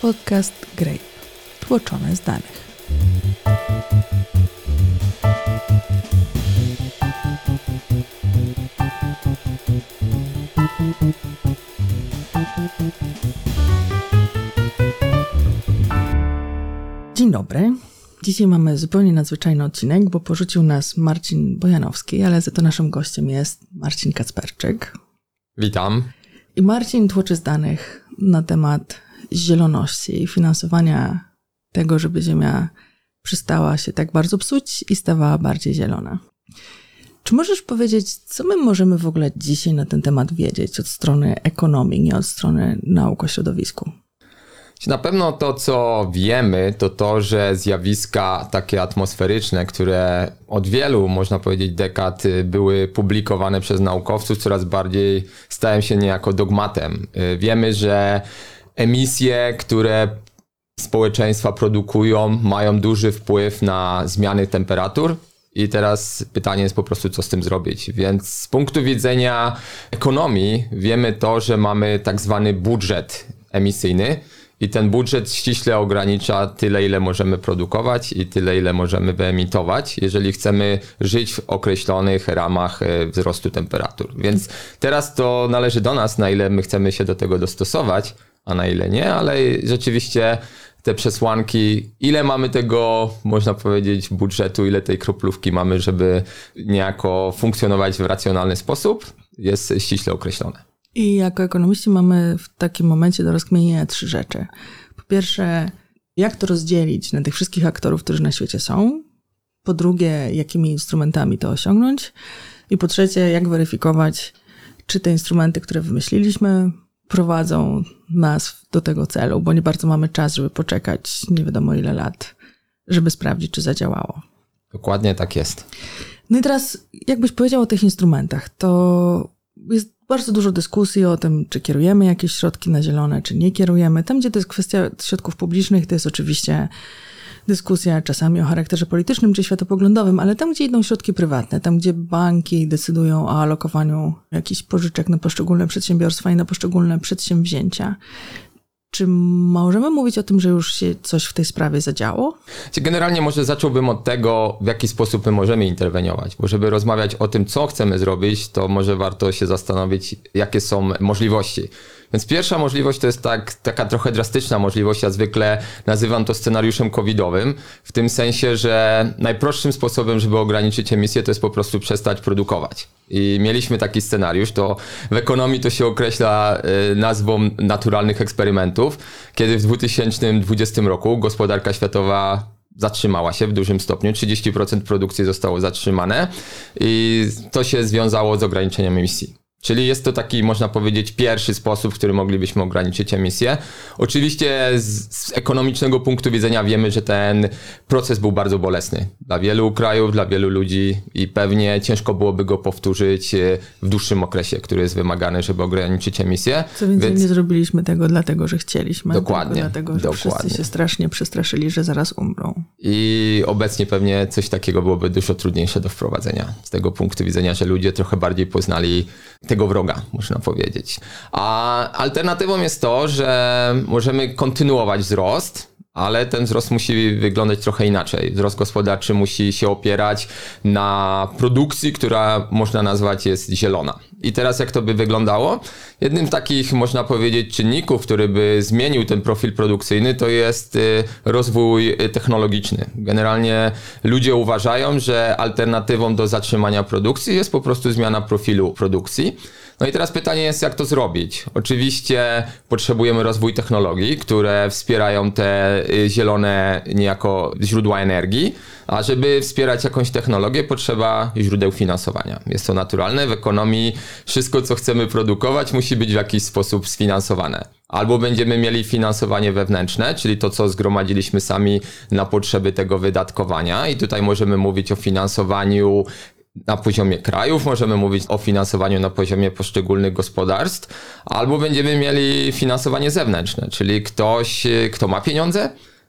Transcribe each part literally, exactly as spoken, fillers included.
podcast Grape, tłoczone z danych. Dzień dobry. Dzisiaj mamy zupełnie nadzwyczajny odcinek, bo porzucił nas Marcin Bojanowski, ale za to naszym gościem jest Marcin Kacperczyk. Witam. I Marcin tłoczy z danych na temat zieloności i finansowania tego, żeby ziemia przestała się tak bardzo psuć i stawała bardziej zielona. Czy możesz powiedzieć, co my możemy w ogóle dzisiaj na ten temat wiedzieć od strony ekonomii, nie od strony nauk o środowisku? Na pewno to, co wiemy, to to, że zjawiska takie atmosferyczne, które od wielu, można powiedzieć, dekad były publikowane przez naukowców, coraz bardziej stają się niejako dogmatem. Wiemy, że emisje, które społeczeństwa produkują, mają duży wpływ na zmiany temperatur. I teraz pytanie jest po prostu, co z tym zrobić. Więc z punktu widzenia ekonomii wiemy to, że mamy tak zwany budżet emisyjny. I ten budżet ściśle ogranicza tyle, ile możemy produkować i tyle, ile możemy wyemitować, jeżeli chcemy żyć w określonych ramach wzrostu temperatur. Więc teraz to należy do nas, na ile my chcemy się do tego dostosować, a na ile nie, ale rzeczywiście te przesłanki, ile mamy tego, można powiedzieć, budżetu, ile tej kroplówki mamy, żeby niejako funkcjonować w racjonalny sposób, jest ściśle określone. I jako ekonomiści mamy w takim momencie do rozkminienia trzy rzeczy. Po pierwsze, jak to rozdzielić na tych wszystkich aktorów, którzy na świecie są. Po drugie, jakimi instrumentami to osiągnąć. I po trzecie, jak weryfikować, czy te instrumenty, które wymyśliliśmy, prowadzą nas do tego celu, bo nie bardzo mamy czas, żeby poczekać nie wiadomo ile lat, żeby sprawdzić, czy zadziałało. Dokładnie tak jest. No i teraz, jakbyś powiedział o tych instrumentach, to jest bardzo dużo dyskusji o tym, czy kierujemy jakieś środki na zielone, czy nie kierujemy. Tam, gdzie to jest kwestia środków publicznych, to jest oczywiście dyskusja czasami o charakterze politycznym czy światopoglądowym, ale tam, gdzie idą środki prywatne, tam, gdzie banki decydują o alokowaniu jakichś pożyczek na poszczególne przedsiębiorstwa i na poszczególne przedsięwzięcia, czy możemy mówić o tym, że już się coś w tej sprawie zadziało? Generalnie może zacząłbym od tego, w jaki sposób my możemy interweniować, bo żeby rozmawiać o tym, co chcemy zrobić, to może warto się zastanowić, jakie są możliwości. Więc pierwsza możliwość to jest tak, taka trochę drastyczna możliwość, ja zwykle nazywam to scenariuszem covidowym, w tym sensie, że najprostszym sposobem, żeby ograniczyć emisję, to jest po prostu przestać produkować. I mieliśmy taki scenariusz, to w ekonomii to się określa nazwą naturalnych eksperymentów, kiedy w dwa tysiące dwudziestym roku gospodarka światowa zatrzymała się w dużym stopniu, trzydzieści procent produkcji zostało zatrzymane i to się związało z ograniczeniem emisji. Czyli jest to taki, można powiedzieć, pierwszy sposób, w który moglibyśmy ograniczyć emisję. Oczywiście z, z ekonomicznego punktu widzenia wiemy, że ten proces był bardzo bolesny dla wielu krajów, dla wielu ludzi i pewnie ciężko byłoby go powtórzyć w dłuższym okresie, który jest wymagany, żeby ograniczyć emisję. Co więcej, Więc... nie zrobiliśmy tego dlatego, że chcieliśmy. Dokładnie. Dlatego, że dokładnie. wszyscy się strasznie przestraszyli, że zaraz umrą. I obecnie pewnie coś takiego byłoby dużo trudniejsze do wprowadzenia. Z tego punktu widzenia, że ludzie trochę bardziej poznali tego wroga, można powiedzieć. A alternatywą jest to, że możemy kontynuować wzrost, ale ten wzrost musi wyglądać trochę inaczej. Wzrost gospodarczy musi się opierać na produkcji, która można nazwać jest zielona. I teraz jak to by wyglądało? Jednym z takich, można powiedzieć, czynników, który by zmienił ten profil produkcyjny, to jest rozwój technologiczny. Generalnie ludzie uważają, że alternatywą do zatrzymania produkcji jest po prostu zmiana profilu produkcji. No i teraz pytanie jest, jak to zrobić? Oczywiście potrzebujemy rozwój technologii, które wspierają te zielone niejako źródła energii, a żeby wspierać jakąś technologię, potrzeba źródeł finansowania. Jest to naturalne. W ekonomii wszystko, co chcemy produkować, musi być w jakiś sposób sfinansowane. Albo będziemy mieli finansowanie wewnętrzne, czyli to, co zgromadziliśmy sami na potrzeby tego wydatkowania i tutaj możemy mówić o finansowaniu na poziomie krajów, możemy mówić o finansowaniu na poziomie poszczególnych gospodarstw, albo będziemy mieli finansowanie zewnętrzne, czyli ktoś, kto ma pieniądze,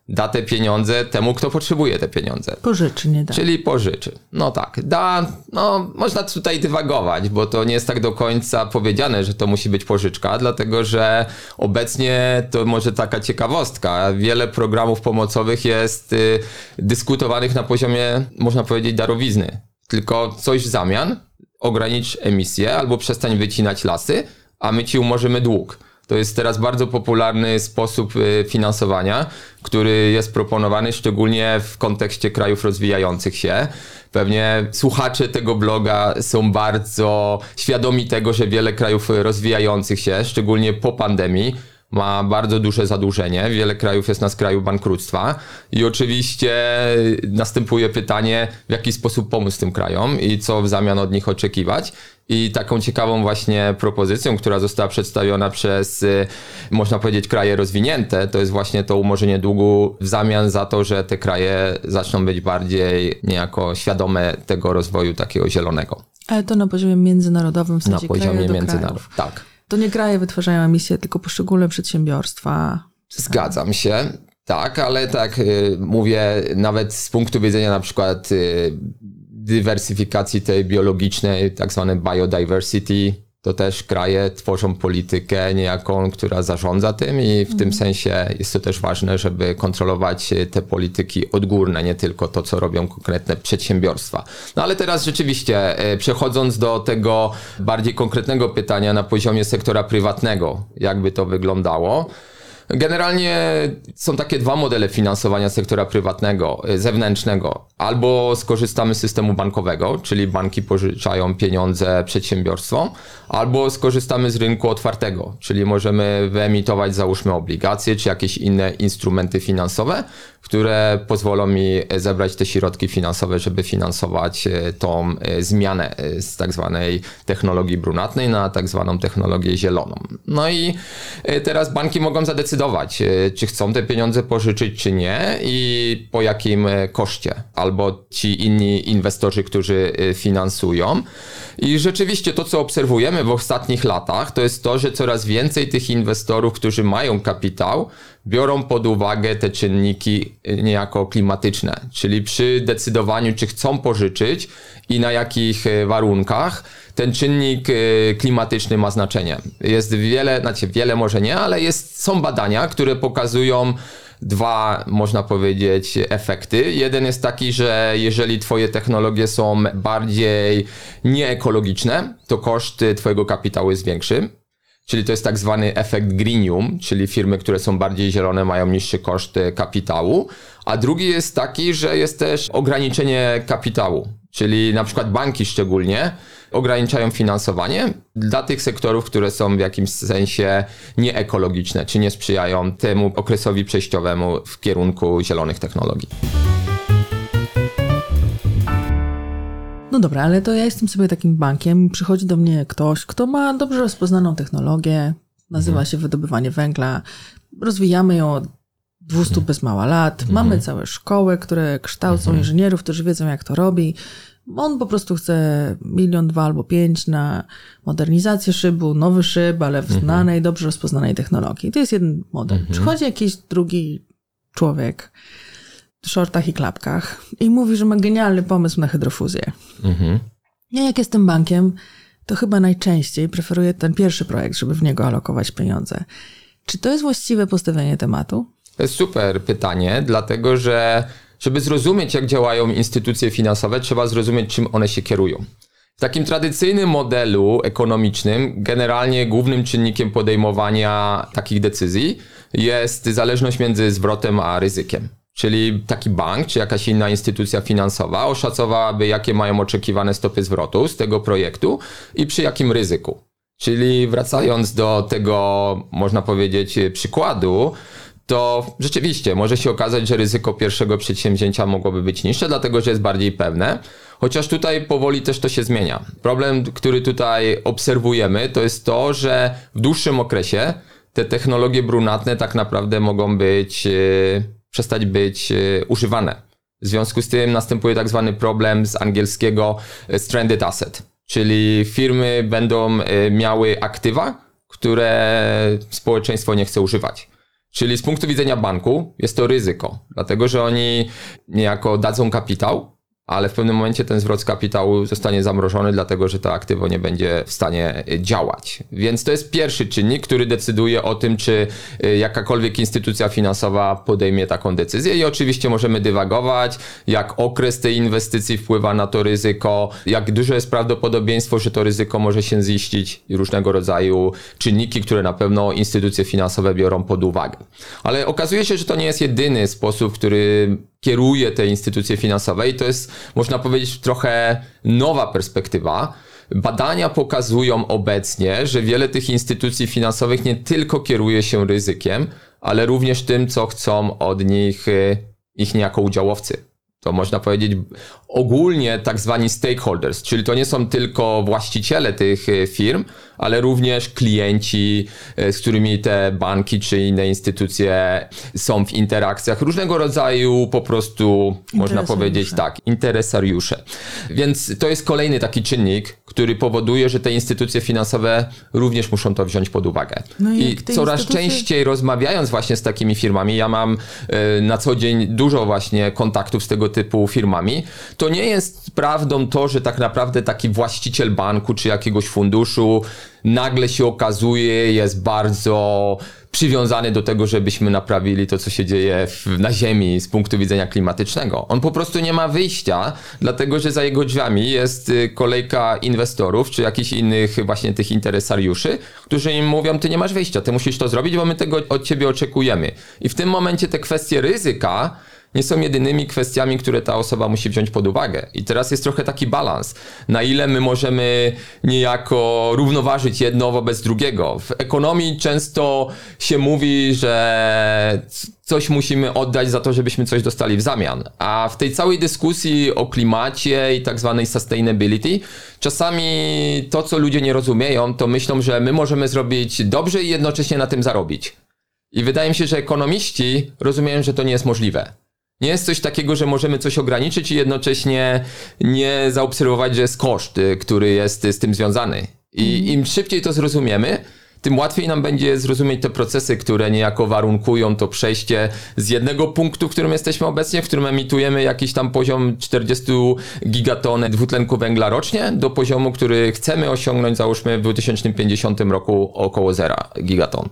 da te pieniądze temu, kto potrzebuje te pieniądze. Pożyczy, nie da. Czyli pożyczy. No tak, da, no można tutaj dywagować, bo to nie jest tak do końca powiedziane, że to musi być pożyczka, dlatego że obecnie to może taka ciekawostka, wiele programów pomocowych jest y, dyskutowanych na poziomie, można powiedzieć, darowizny. Tylko coś w zamian, ogranicz emisję albo przestań wycinać lasy, a my ci umorzymy dług. To jest teraz bardzo popularny sposób finansowania, który jest proponowany szczególnie w kontekście krajów rozwijających się. Pewnie słuchacze tego bloga są bardzo świadomi tego, że wiele krajów rozwijających się, szczególnie po pandemii, ma bardzo duże zadłużenie. Wiele krajów jest na skraju bankructwa i oczywiście następuje pytanie, w jaki sposób pomóc tym krajom i co w zamian od nich oczekiwać. I taką ciekawą właśnie propozycją, która została przedstawiona przez, można powiedzieć, kraje rozwinięte, to jest właśnie to umorzenie długu w zamian za to, że te kraje zaczną być bardziej niejako świadome tego rozwoju takiego zielonego. Ale to na poziomie międzynarodowym, w sensie Na poziomie międzynarodowym, tak. To nie kraje wytwarzają emisje, tylko poszczególne przedsiębiorstwa. Zgadzam się, tak, ale tak y, mówię nawet z punktu widzenia na przykład y, dywersyfikacji tej biologicznej, tak zwane biodiversity, to też kraje tworzą politykę niejaką, która zarządza tym i w mm. tym sensie jest to też ważne, żeby kontrolować te polityki odgórne, nie tylko to, co robią konkretne przedsiębiorstwa. No ale teraz rzeczywiście, przechodząc do tego bardziej konkretnego pytania na poziomie sektora prywatnego, jakby to wyglądało, generalnie są takie dwa modele finansowania sektora prywatnego, zewnętrznego. Albo skorzystamy z systemu bankowego, czyli banki pożyczają pieniądze przedsiębiorstwom, albo skorzystamy z rynku otwartego, czyli możemy wyemitować, załóżmy, obligacje czy jakieś inne instrumenty finansowe, które pozwolą mi zebrać te środki finansowe, żeby finansować tą zmianę z tak zwanej technologii brunatnej na tak zwaną technologię zieloną. No i teraz banki mogą zadecydować, czy chcą te pieniądze pożyczyć, czy nie i po jakim koszcie, albo ci inni inwestorzy, którzy finansują. I rzeczywiście to, co obserwujemy w ostatnich latach, to jest to, że coraz więcej tych inwestorów, którzy mają kapitał, biorą pod uwagę te czynniki niejako klimatyczne, czyli przy decydowaniu, czy chcą pożyczyć i na jakich warunkach, ten czynnik klimatyczny ma znaczenie. Jest wiele, znaczy wiele może nie, ale jest, są badania, które pokazują dwa, można powiedzieć, efekty. Jeden jest taki, że jeżeli twoje technologie są bardziej nieekologiczne, to koszt twojego kapitału jest większy. Czyli to jest tak zwany efekt greenium, czyli firmy, które są bardziej zielone, mają niższy koszt kapitału. A drugi jest taki, że jest też ograniczenie kapitału, czyli na przykład banki szczególnie ograniczają finansowanie dla tych sektorów, które są w jakimś sensie nieekologiczne, czy nie sprzyjają temu okresowi przejściowemu w kierunku zielonych technologii. No dobra, ale to ja jestem sobie takim bankiem, przychodzi do mnie ktoś, kto ma dobrze rozpoznaną technologię, nazywa mhm. się wydobywanie węgla, rozwijamy ją od dwustu mhm. bez mała lat, mhm. mamy całe szkoły, które kształcą mhm. inżynierów, którzy wiedzą, jak to robi. On po prostu chce milion, dwa albo pięć na modernizację szybu, nowy szyb, ale w znanej, dobrze rozpoznanej technologii. To jest jeden model. Mhm. Przychodzi jakiś drugi człowiek w shortach i klapkach i mówi, że ma genialny pomysł na hydrofuzję. Mhm. Ja jak jestem bankiem, to chyba najczęściej preferuję ten pierwszy projekt, żeby w niego alokować pieniądze. Czy to jest właściwe postawienie tematu? To jest super pytanie, dlatego że żeby zrozumieć, jak działają instytucje finansowe, trzeba zrozumieć, czym one się kierują. W takim tradycyjnym modelu ekonomicznym generalnie głównym czynnikiem podejmowania takich decyzji jest zależność między zwrotem a ryzykiem. Czyli taki bank czy jakaś inna instytucja finansowa oszacowałaby, jakie mają oczekiwane stopy zwrotu z tego projektu i przy jakim ryzyku. Czyli wracając do tego, można powiedzieć, przykładu, to rzeczywiście może się okazać, że ryzyko pierwszego przedsięwzięcia mogłoby być niższe, dlatego że jest bardziej pewne. Chociaż tutaj powoli też to się zmienia. Problem, który tutaj obserwujemy, to jest to, że w dłuższym okresie te technologie brunatne tak naprawdę mogą być, yy, przestać być yy, używane. W związku z tym następuje tak zwany problem z angielskiego stranded asset, czyli firmy będą yy, miały aktywa, które społeczeństwo nie chce używać. Czyli z punktu widzenia banku jest to ryzyko, dlatego że oni niejako dadzą kapitał, ale w pewnym momencie ten zwrot z kapitału zostanie zamrożony, dlatego że to aktywo nie będzie w stanie działać. Więc to jest pierwszy czynnik, który decyduje o tym, czy jakakolwiek instytucja finansowa podejmie taką decyzję. I oczywiście możemy dywagować, jak okres tej inwestycji wpływa na to ryzyko, jak duże jest prawdopodobieństwo, że to ryzyko może się ziścić i różnego rodzaju czynniki, które na pewno instytucje finansowe biorą pod uwagę. Ale okazuje się, że to nie jest jedyny sposób, w który kieruje te instytucje finansowe i to jest, można powiedzieć, trochę nowa perspektywa. Badania pokazują obecnie, że wiele tych instytucji finansowych nie tylko kieruje się ryzykiem, ale również tym, co chcą od nich ich niejako udziałowcy. To można powiedzieć ogólnie tak zwani stakeholders, czyli to nie są tylko właściciele tych firm, ale również klienci, z którymi te banki czy inne instytucje są w interakcjach, różnego rodzaju po prostu, można powiedzieć tak, interesariusze. Więc to jest kolejny taki czynnik, który powoduje, że te instytucje finansowe również muszą to wziąć pod uwagę. No i I coraz instytucje... częściej rozmawiając właśnie z takimi firmami, ja mam na co dzień dużo właśnie kontaktów z tego typu firmami, to nie jest prawdą to, że tak naprawdę taki właściciel banku czy jakiegoś funduszu nagle się okazuje, jest bardzo przywiązany do tego, żebyśmy naprawili to, co się dzieje w, na Ziemi z punktu widzenia klimatycznego. On po prostu nie ma wyjścia, dlatego że za jego drzwiami jest kolejka inwestorów, czy jakichś innych właśnie tych interesariuszy, którzy im mówią, ty nie masz wyjścia, ty musisz to zrobić, bo my tego od ciebie oczekujemy. I w tym momencie te kwestie ryzyka nie są jedynymi kwestiami, które ta osoba musi wziąć pod uwagę. I teraz jest trochę taki balans, na ile my możemy niejako równoważyć jedno wobec drugiego. W ekonomii często się mówi, że coś musimy oddać za to, żebyśmy coś dostali w zamian. A w tej całej dyskusji o klimacie i tak zwanej sustainability, czasami to, co ludzie nie rozumieją, to myślą, że my możemy zrobić dobrze i jednocześnie na tym zarobić. I wydaje mi się, że ekonomiści rozumieją, że to nie jest możliwe. Nie jest coś takiego, że możemy coś ograniczyć i jednocześnie nie zaobserwować, że jest koszt, który jest z tym związany. I mm. im szybciej to zrozumiemy, tym łatwiej nam będzie zrozumieć te procesy, które niejako warunkują to przejście z jednego punktu, w którym jesteśmy obecnie, w którym emitujemy jakiś tam poziom czterdzieści gigaton dwutlenku węgla rocznie, do poziomu, który chcemy osiągnąć, załóżmy w dwa tysiące pięćdziesiątym roku około zero gigaton.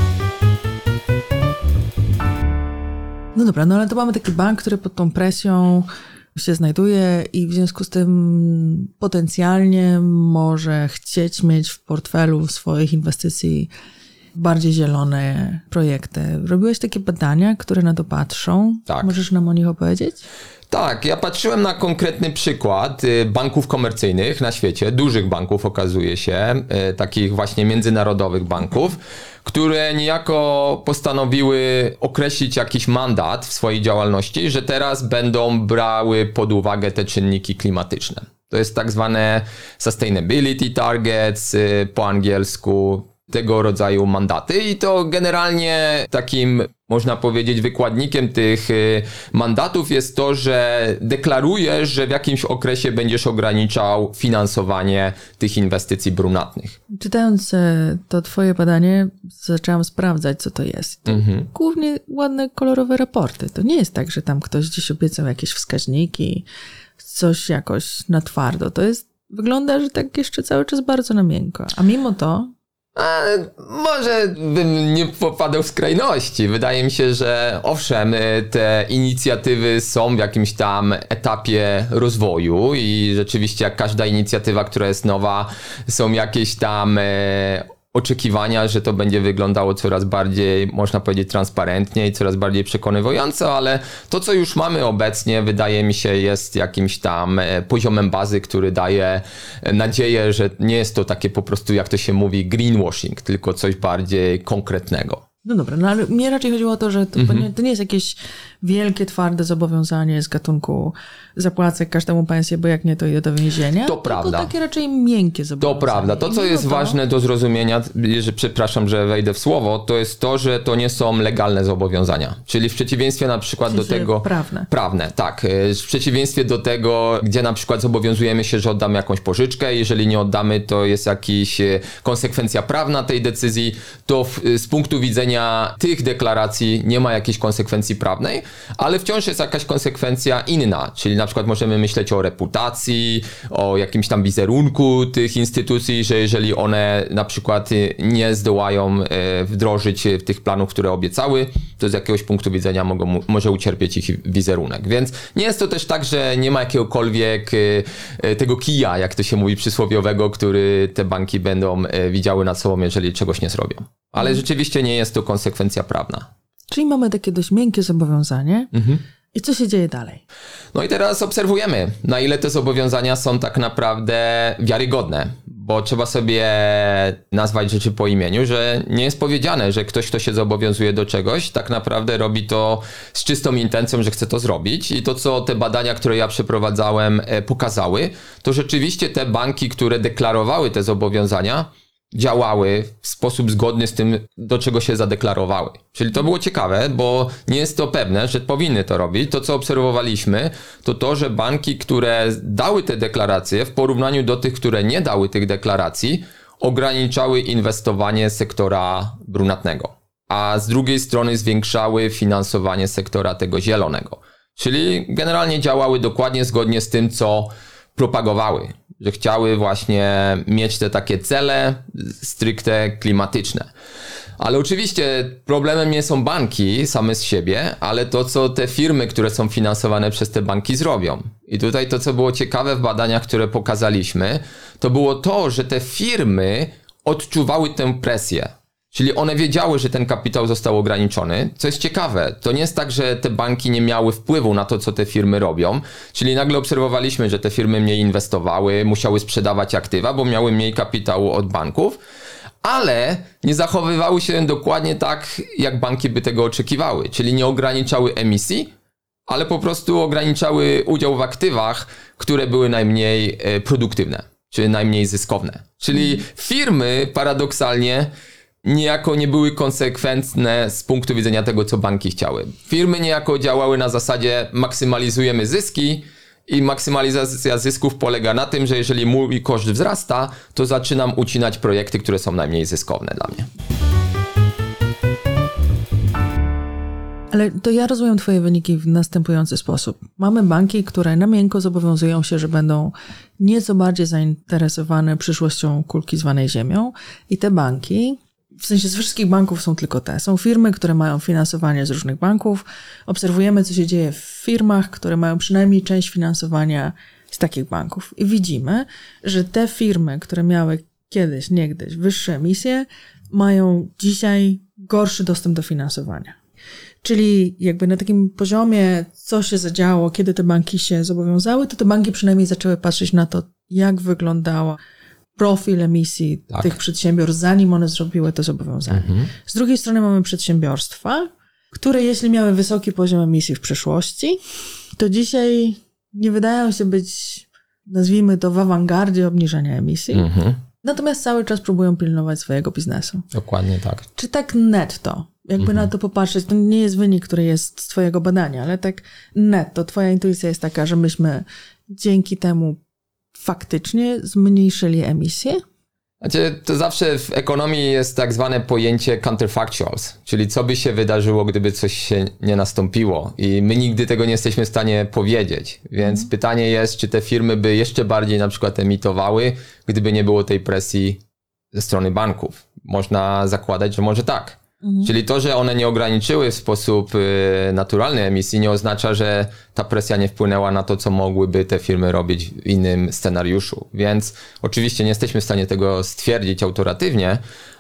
No dobra, no ale to mamy taki bank, który pod tą presją się znajduje i w związku z tym potencjalnie może chcieć mieć w portfelu swoich inwestycji bardziej zielone projekty. Robiłeś takie badania, które na to patrzą? Tak. Możesz nam o nich opowiedzieć? Tak, ja patrzyłem na konkretny przykład banków komercyjnych na świecie, dużych banków okazuje się, takich właśnie międzynarodowych banków, które niejako postanowiły określić jakiś mandat w swojej działalności, że teraz będą brały pod uwagę te czynniki klimatyczne. To jest tak zwane sustainability targets po angielsku, tego rodzaju mandaty i to generalnie takim, można powiedzieć, wykładnikiem tych mandatów jest to, że deklarujesz, że w jakimś okresie będziesz ograniczał finansowanie tych inwestycji brunatnych. Czytając to twoje badanie, zaczęłam sprawdzać, co to jest. To mhm. głównie ładne, kolorowe raporty. To nie jest tak, że tam ktoś gdzieś obiecał jakieś wskaźniki, coś jakoś na twardo. To jest, wygląda, że tak jeszcze cały czas bardzo na miękko. A mimo to A może bym nie popadał w skrajności. Wydaje mi się, że owszem, te inicjatywy są w jakimś tam etapie rozwoju i rzeczywiście jak każda inicjatywa, która jest nowa, są jakieś tam oczekiwania, że to będzie wyglądało coraz bardziej, można powiedzieć, transparentnie i coraz bardziej przekonywująco, ale to, co już mamy obecnie, wydaje mi się, jest jakimś tam poziomem bazy, który daje nadzieję, że nie jest to takie po prostu, jak to się mówi, greenwashing, tylko coś bardziej konkretnego. No dobra, no ale mnie raczej chodziło o to, że to, mm-hmm. nie, to nie jest jakieś wielkie, twarde zobowiązanie z gatunku zapłacę każdemu pensję, bo jak nie, to idę do więzienia. To prawda. To takie raczej miękkie zobowiązanie. To prawda. To, co jest to... ważne do zrozumienia, że, przepraszam, że wejdę w słowo, to jest to, że to nie są legalne zobowiązania. Czyli w przeciwieństwie na przykład w sensie do tego... Prawne. Prawne, tak. W przeciwieństwie do tego, gdzie na przykład zobowiązujemy się, że oddamy jakąś pożyczkę, jeżeli nie oddamy, to jest jakaś konsekwencja prawna tej decyzji, to w, z punktu widzenia widzenia tych deklaracji nie ma jakiejś konsekwencji prawnej, ale wciąż jest jakaś konsekwencja inna, czyli na przykład możemy myśleć o reputacji, o jakimś tam wizerunku tych instytucji, że jeżeli one na przykład nie zdołają wdrożyć tych planów, które obiecały, to z jakiegoś punktu widzenia mogą, może ucierpieć ich wizerunek. Więc nie jest to też tak, że nie ma jakiegokolwiek tego kija, jak to się mówi przysłowiowego, który te banki będą widziały nad sobą, jeżeli czegoś nie zrobią. Ale rzeczywiście nie jest to konsekwencja prawna. Czyli mamy takie dość miękkie zobowiązanie. Mhm. I co się dzieje dalej? No i teraz obserwujemy, na ile te zobowiązania są tak naprawdę wiarygodne, bo trzeba sobie nazwać rzeczy po imieniu, że nie jest powiedziane, że ktoś, kto się zobowiązuje do czegoś, tak naprawdę robi to z czystą intencją, że chce to zrobić. I to, co te badania, które ja przeprowadzałem, pokazały, to rzeczywiście te banki, które deklarowały te zobowiązania, działały w sposób zgodny z tym, do czego się zadeklarowały. Czyli to było ciekawe, bo nie jest to pewne, że powinny to robić. To, co obserwowaliśmy, to to, że banki, które dały te deklaracje w porównaniu do tych, które nie dały tych deklaracji, ograniczały inwestowanie sektora brunatnego, a z drugiej strony zwiększały finansowanie sektora tego zielonego. Czyli generalnie działały dokładnie zgodnie z tym, co propagowały, że chciały właśnie mieć te takie cele stricte klimatyczne. Ale oczywiście problemem nie są banki same z siebie, ale to, co te firmy, które są finansowane przez te banki zrobią. I tutaj to, co było ciekawe w badaniach, które pokazaliśmy, to było to, że te firmy odczuwały tę presję. Czyli one wiedziały, że ten kapitał został ograniczony. Co jest ciekawe, to nie jest tak, że te banki nie miały wpływu na to, co te firmy robią. Czyli nagle obserwowaliśmy, że te firmy mniej inwestowały, musiały sprzedawać aktywa, bo miały mniej kapitału od banków, ale nie zachowywały się dokładnie tak, jak banki by tego oczekiwały. Czyli nie ograniczały emisji, ale po prostu ograniczały udział w aktywach, które były najmniej produktywne, czy najmniej zyskowne. Czyli firmy paradoksalnie niejako nie były konsekwentne z punktu widzenia tego, co banki chciały. Firmy niejako działały na zasadzie maksymalizujemy zyski i maksymalizacja zysków polega na tym, że jeżeli mój koszt wzrasta, to zaczynam ucinać projekty, które są najmniej zyskowne dla mnie. Ale to ja rozumiem twoje wyniki w następujący sposób. Mamy banki, które na miękko zobowiązują się, że będą nieco bardziej zainteresowane przyszłością kulki zwanej Ziemią i te banki, w sensie z wszystkich banków są tylko te. Są firmy, które mają finansowanie z różnych banków. Obserwujemy, co się dzieje w firmach, które mają przynajmniej część finansowania z takich banków. I widzimy, że te firmy, które miały kiedyś, niegdyś wyższe emisje, mają dzisiaj gorszy dostęp do finansowania. Czyli jakby na takim poziomie, co się zadziało, kiedy te banki się zobowiązały, to te banki przynajmniej zaczęły patrzeć na to, jak wyglądała profil emisji tak. tych przedsiębiorstw, zanim one zrobiły to zobowiązanie. Mhm. Z drugiej strony mamy przedsiębiorstwa, które jeśli miały wysoki poziom emisji w przeszłości, to dzisiaj nie wydają się być, nazwijmy to, w awangardzie obniżania emisji. Mhm. Natomiast cały czas próbują pilnować swojego biznesu. Dokładnie tak. Czy tak netto, jakby mhm. na to popatrzeć, to nie jest wynik, który jest z twojego badania, ale tak netto, twoja intuicja jest taka, że myśmy dzięki temu faktycznie zmniejszyli emisję? Znaczy, to zawsze w ekonomii jest tak zwane pojęcie counterfactuals, czyli co by się wydarzyło, gdyby coś się nie nastąpiło i my nigdy tego nie jesteśmy w stanie powiedzieć, więc mm. pytanie jest, czy te firmy by jeszcze bardziej na przykład emitowały, gdyby nie było tej presji ze strony banków. Można zakładać, że może tak. Mhm. Czyli to, że one nie ograniczyły w sposób y, naturalny emisji, nie oznacza, że ta presja nie wpłynęła na to, co mogłyby te firmy robić w innym scenariuszu. Więc oczywiście nie jesteśmy w stanie tego stwierdzić autoratywnie,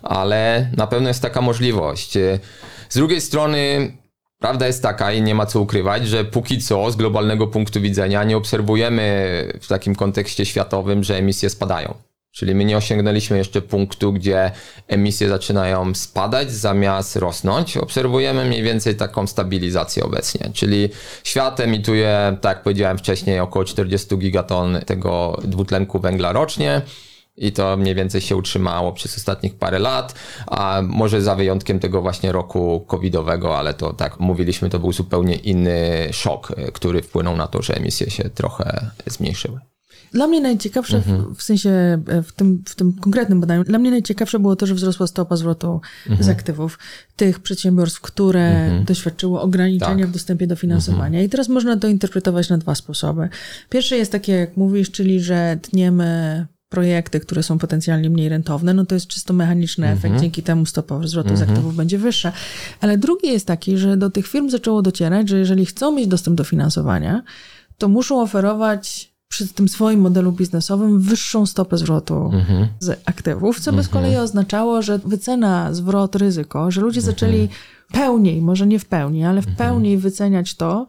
ale na pewno jest taka możliwość. Z drugiej strony prawda jest taka i nie ma co ukrywać, że póki co z globalnego punktu widzenia nie obserwujemy w takim kontekście światowym, że emisje spadają. Czyli my nie osiągnęliśmy jeszcze punktu, gdzie emisje zaczynają spadać zamiast rosnąć. Obserwujemy mniej więcej taką stabilizację obecnie. Czyli świat emituje, tak jak powiedziałem wcześniej, około czterdzieści gigaton tego dwutlenku węgla rocznie. I to mniej więcej się utrzymało przez ostatnich parę lat, a może za wyjątkiem tego właśnie roku covidowego, ale to tak mówiliśmy, to był zupełnie inny szok, który wpłynął na to, że emisje się trochę zmniejszyły. Dla mnie najciekawsze, mhm. w, w sensie w tym, w tym konkretnym badaniu, dla mnie najciekawsze było to, że wzrosła stopa zwrotu mhm. z aktywów tych przedsiębiorstw, które mhm. doświadczyły ograniczenia tak. w dostępie do finansowania. Mhm. I teraz można to interpretować na dwa sposoby. Pierwszy jest taki, jak mówisz, czyli że tniemy projekty, które są potencjalnie mniej rentowne, no to jest czysto mechaniczny mhm. efekt, dzięki temu stopa zwrotu mhm. z aktywów będzie wyższa. Ale drugi jest taki, że do tych firm zaczęło docierać, że jeżeli chcą mieć dostęp do finansowania, to muszą oferować przy tym swoim modelu biznesowym wyższą stopę zwrotu mhm. z aktywów, co by mhm. z kolei oznaczało, że wycena, zwrot, ryzyko, że ludzie mhm. zaczęli pełniej, może nie w pełni, ale w mhm. pełni wyceniać to,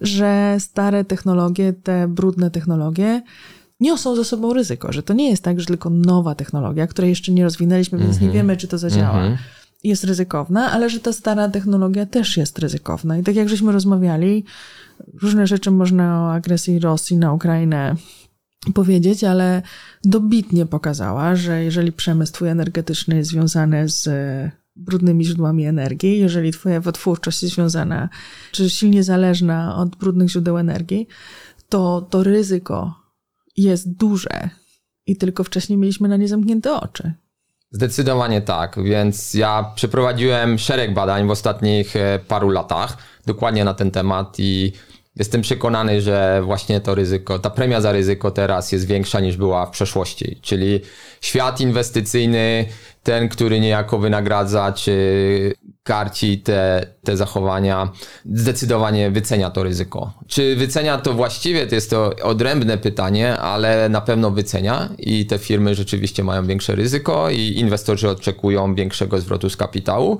że stare technologie, te brudne technologie niosą ze sobą ryzyko, że to nie jest tak, że tylko nowa technologia, której jeszcze nie rozwinęliśmy, więc mm-hmm. nie wiemy, czy to zadziała, mm-hmm. jest ryzykowna, ale że ta stara technologia też jest ryzykowna. I tak jak żeśmy rozmawiali, różne rzeczy można o agresji Rosji na Ukrainę powiedzieć, ale dobitnie pokazała, że jeżeli przemysł twój energetyczny jest związany z brudnymi źródłami energii, jeżeli twoja wytwórczość jest związana, czy silnie zależna od brudnych źródeł energii, to to ryzyko jest duże i tylko wcześniej mieliśmy na nie zamknięte oczy. Zdecydowanie tak, więc ja przeprowadziłem szereg badań w ostatnich paru latach dokładnie na ten temat i jestem przekonany, że właśnie to ryzyko, ta premia za ryzyko teraz jest większa niż była w przeszłości, czyli świat inwestycyjny, ten, który niejako wynagradza czy karci te, te zachowania, zdecydowanie wycenia to ryzyko. Czy wycenia to właściwie? To jest to odrębne pytanie, ale na pewno wycenia i te firmy rzeczywiście mają większe ryzyko i inwestorzy oczekują większego zwrotu z kapitału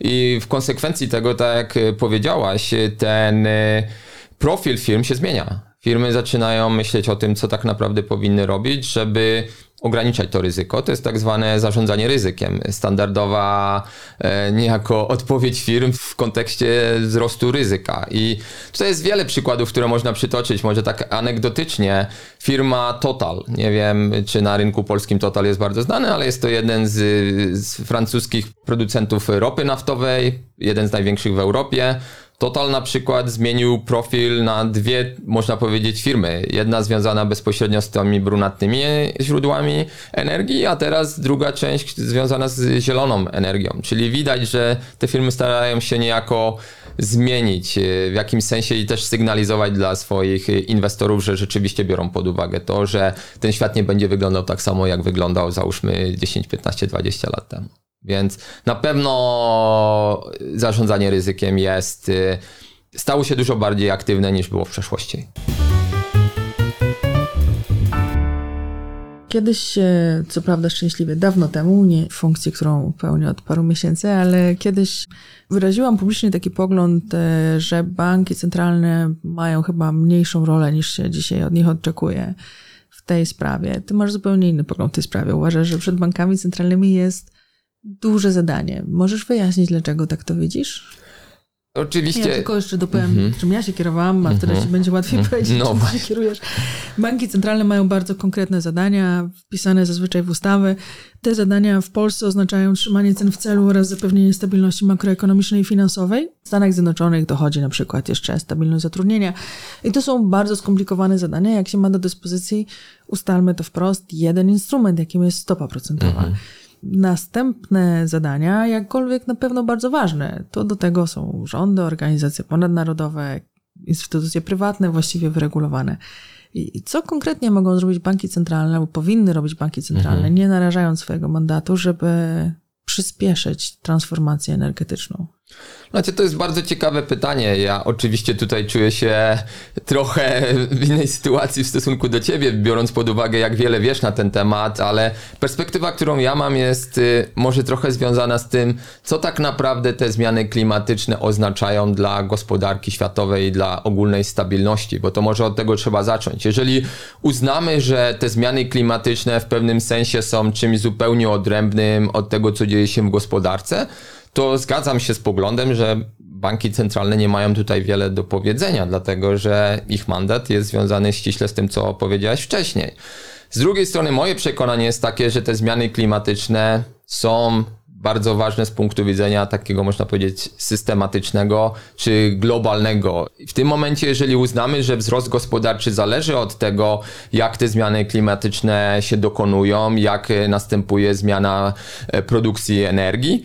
i w konsekwencji tego, tak jak powiedziałaś, ten profil firm się zmienia. Firmy zaczynają myśleć o tym, co tak naprawdę powinny robić, żeby ograniczać to ryzyko. To jest tak zwane zarządzanie ryzykiem. Standardowa e, niejako odpowiedź firm w kontekście wzrostu ryzyka. I tutaj jest wiele przykładów, które można przytoczyć. Może tak anegdotycznie. Firma Total. Nie wiem, czy na rynku polskim Total jest bardzo znany, ale jest to jeden z, z francuskich producentów ropy naftowej. Jeden z największych w Europie. Total na przykład zmienił profil na dwie, można powiedzieć, firmy. Jedna związana bezpośrednio z tymi brunatnymi źródłami energii, a teraz druga część związana z zieloną energią. Czyli widać, że te firmy starają się niejako zmienić w jakimś sensie i też sygnalizować dla swoich inwestorów, że rzeczywiście biorą pod uwagę to, że ten świat nie będzie wyglądał tak samo, jak wyglądał załóżmy dziesięć, piętnaście, dwadzieścia lat temu. Więc na pewno zarządzanie ryzykiem jest, stało się dużo bardziej aktywne niż było w przeszłości. Kiedyś, co prawda szczęśliwie, dawno temu, nie w funkcji, którą pełnię od paru miesięcy, ale kiedyś wyraziłam publicznie taki pogląd, że banki centralne mają chyba mniejszą rolę niż się dzisiaj od nich oczekuje w tej sprawie. Ty masz zupełnie inny pogląd w tej sprawie. Uważasz, że przed bankami centralnymi jest duże zadanie. Możesz wyjaśnić, dlaczego tak to widzisz? Oczywiście. Ja tylko jeszcze dopowiem, mm-hmm. czym ja się kierowałam, a wtedy mm-hmm. ci będzie łatwiej mm-hmm. powiedzieć, no czym się kierujesz. Banki centralne mają bardzo konkretne zadania, wpisane zazwyczaj w ustawy. Te zadania w Polsce oznaczają trzymanie cen w celu oraz zapewnienie stabilności makroekonomicznej i finansowej. W Stanach Zjednoczonych dochodzi na przykład jeszcze stabilność zatrudnienia. I to są bardzo skomplikowane zadania. Jak się ma do dyspozycji, ustalmy to wprost, jeden instrument, jakim jest stopa procentowa. Mm-hmm. Następne zadania, jakkolwiek na pewno bardzo ważne, to do tego są rządy, organizacje ponadnarodowe, instytucje prywatne, właściwie wyregulowane. I co konkretnie mogą zrobić banki centralne, albo powinny robić banki centralne, mhm. nie narażając swojego mandatu, żeby przyspieszyć transformację energetyczną? Znaczy, to jest bardzo ciekawe pytanie. Ja oczywiście tutaj czuję się trochę w innej sytuacji w stosunku do ciebie, biorąc pod uwagę, jak wiele wiesz na ten temat, ale perspektywa, którą ja mam, jest może trochę związana z tym, co tak naprawdę te zmiany klimatyczne oznaczają dla gospodarki światowej i dla ogólnej stabilności, bo to może od tego trzeba zacząć. Jeżeli uznamy, że te zmiany klimatyczne w pewnym sensie są czymś zupełnie odrębnym od tego, co dzieje się w gospodarce, to zgadzam się z poglądem, że banki centralne nie mają tutaj wiele do powiedzenia, dlatego że ich mandat jest związany ściśle z tym, co powiedziałeś wcześniej. Z drugiej strony moje przekonanie jest takie, że te zmiany klimatyczne są bardzo ważne z punktu widzenia takiego, można powiedzieć, systematycznego czy globalnego. W tym momencie, jeżeli uznamy, że wzrost gospodarczy zależy od tego, jak te zmiany klimatyczne się dokonują, jak następuje zmiana produkcji energii,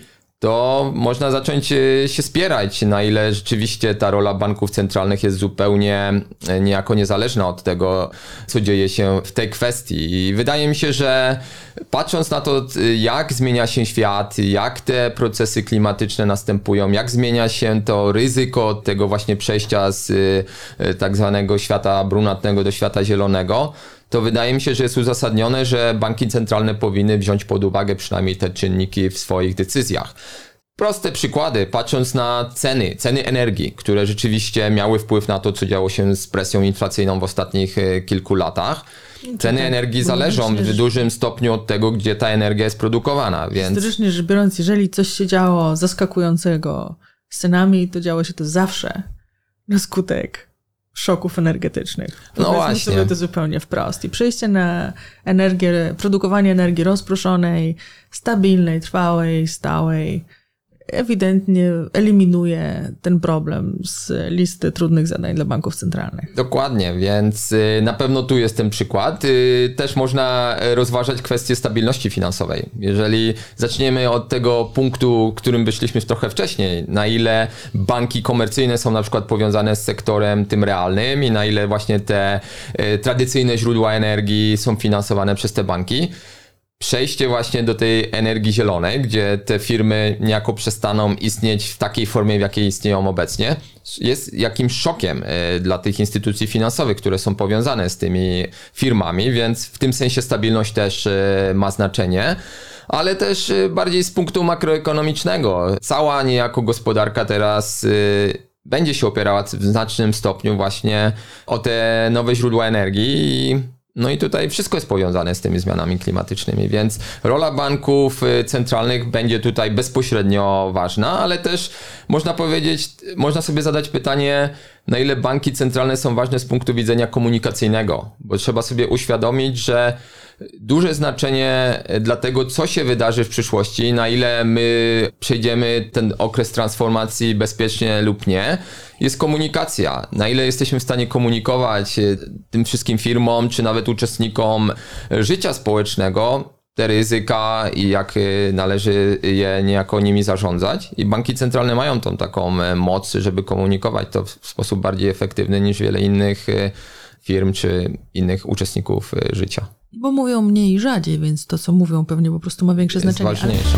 to można zacząć się spierać, na ile rzeczywiście ta rola banków centralnych jest zupełnie niejako niezależna od tego, co dzieje się w tej kwestii. I wydaje mi się, że patrząc na to, jak zmienia się świat, jak te procesy klimatyczne następują, jak zmienia się to ryzyko tego właśnie przejścia z tak zwanego świata brunatnego do świata zielonego, to wydaje mi się, że jest uzasadnione, że banki centralne powinny wziąć pod uwagę przynajmniej te czynniki w swoich decyzjach. Proste przykłady, patrząc na ceny, ceny energii, które rzeczywiście miały wpływ na to, co działo się z presją inflacyjną w ostatnich kilku latach. Ceny tak, energii zależą w dużym stopniu od tego, gdzie ta energia jest produkowana. Więc... Historycznie rzecz biorąc, jeżeli coś się działo zaskakującego z cenami, to działo się to zawsze na skutek szoków energetycznych. No właśnie. Sobie to zupełnie wprost. I przejście na energię, produkowanie energii rozproszonej, stabilnej, trwałej, stałej, ewidentnie eliminuje ten problem z listy trudnych zadań dla banków centralnych. Dokładnie, więc na pewno tu jest ten przykład. Też można rozważać kwestię stabilności finansowej. Jeżeli zaczniemy od tego punktu, którym wyszliśmy trochę wcześniej, na ile banki komercyjne są na przykład powiązane z sektorem tym realnym i na ile właśnie te tradycyjne źródła energii są finansowane przez te banki, przejście właśnie do tej energii zielonej, gdzie te firmy niejako przestaną istnieć w takiej formie, w jakiej istnieją obecnie, jest jakimś szokiem dla tych instytucji finansowych, które są powiązane z tymi firmami, więc w tym sensie stabilność też ma znaczenie. Ale też bardziej z punktu makroekonomicznego. Cała niejako gospodarka teraz będzie się opierała w znacznym stopniu właśnie o te nowe źródła energii. No i tutaj wszystko jest powiązane z tymi zmianami klimatycznymi, więc rola banków centralnych będzie tutaj bezpośrednio ważna, ale też można powiedzieć, można sobie zadać pytanie, na ile banki centralne są ważne z punktu widzenia komunikacyjnego, bo trzeba sobie uświadomić, że duże znaczenie dla tego, co się wydarzy w przyszłości, na ile my przejdziemy ten okres transformacji bezpiecznie lub nie, jest komunikacja. Na ile jesteśmy w stanie komunikować tym wszystkim firmom, czy nawet uczestnikom życia społecznego, te ryzyka i jak należy je niejako nimi zarządzać. I banki centralne mają tą taką moc, żeby komunikować to w sposób bardziej efektywny niż wiele innych firm czy innych uczestników życia. Bo mówią mniej i rzadziej, więc to, co mówią, pewnie po prostu ma większe jest znaczenie. Jest ważniejsze.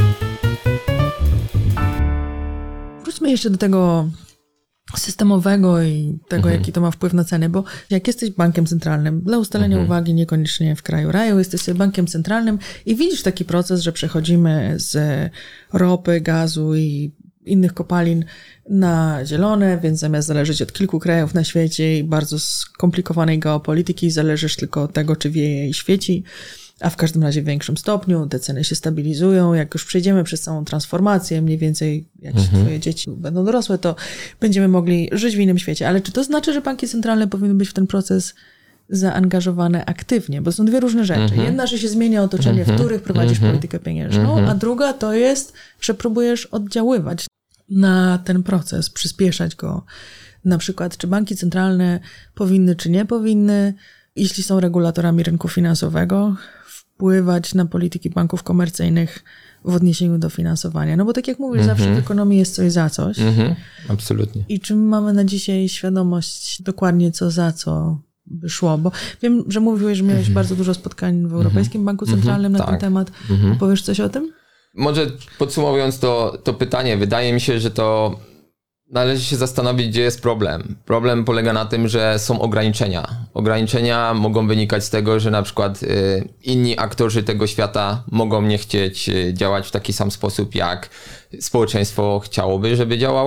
Ale... Wróćmy jeszcze do tego systemowego i tego, mhm. jaki to ma wpływ na ceny, bo jak jesteś bankiem centralnym, dla ustalenia mhm. uwagi niekoniecznie w kraju raju, jesteś sobie bankiem centralnym i widzisz taki proces, że przechodzimy z ropy, gazu i innych kopalin na zielone, więc zamiast zależeć od kilku krajów na świecie i bardzo skomplikowanej geopolityki, zależysz tylko od tego, czy wieje i świeci, a w każdym razie w większym stopniu, te ceny się stabilizują. Jak już przejdziemy przez całą transformację, mniej więcej jak mhm. twoje dzieci będą dorosłe, to będziemy mogli żyć w innym świecie. Ale czy to znaczy, że banki centralne powinny być w ten proces zaangażowane aktywnie? Bo są dwie różne rzeczy. Mhm. Jedna, że się zmienia otoczenie, mhm. w których prowadzisz mhm. politykę pieniężną, mhm. a druga to jest, że próbujesz oddziaływać na ten proces, przyspieszać go. Na przykład, czy banki centralne powinny, czy nie powinny, jeśli są regulatorami rynku finansowego, wpływać na polityki banków komercyjnych w odniesieniu do finansowania. No bo tak jak mówisz, mm-hmm. zawsze w ekonomii jest coś za coś. Mm-hmm. Absolutnie. I czy mamy na dzisiaj świadomość dokładnie co za co by szło? Bo wiem, że mówiłeś, że miałeś mm-hmm. bardzo dużo spotkań w Europejskim mm-hmm. Banku Centralnym mm-hmm. na tak. ten temat. Mm-hmm. Powiesz coś o tym? Może podsumowując to, to pytanie, wydaje mi się, że to należy się zastanowić, gdzie jest problem. Problem polega na tym, że są ograniczenia. Ograniczenia mogą wynikać z tego, że na przykład y, inni aktorzy tego świata mogą nie chcieć działać w taki sam sposób, jak społeczeństwo chciałoby, żeby działały.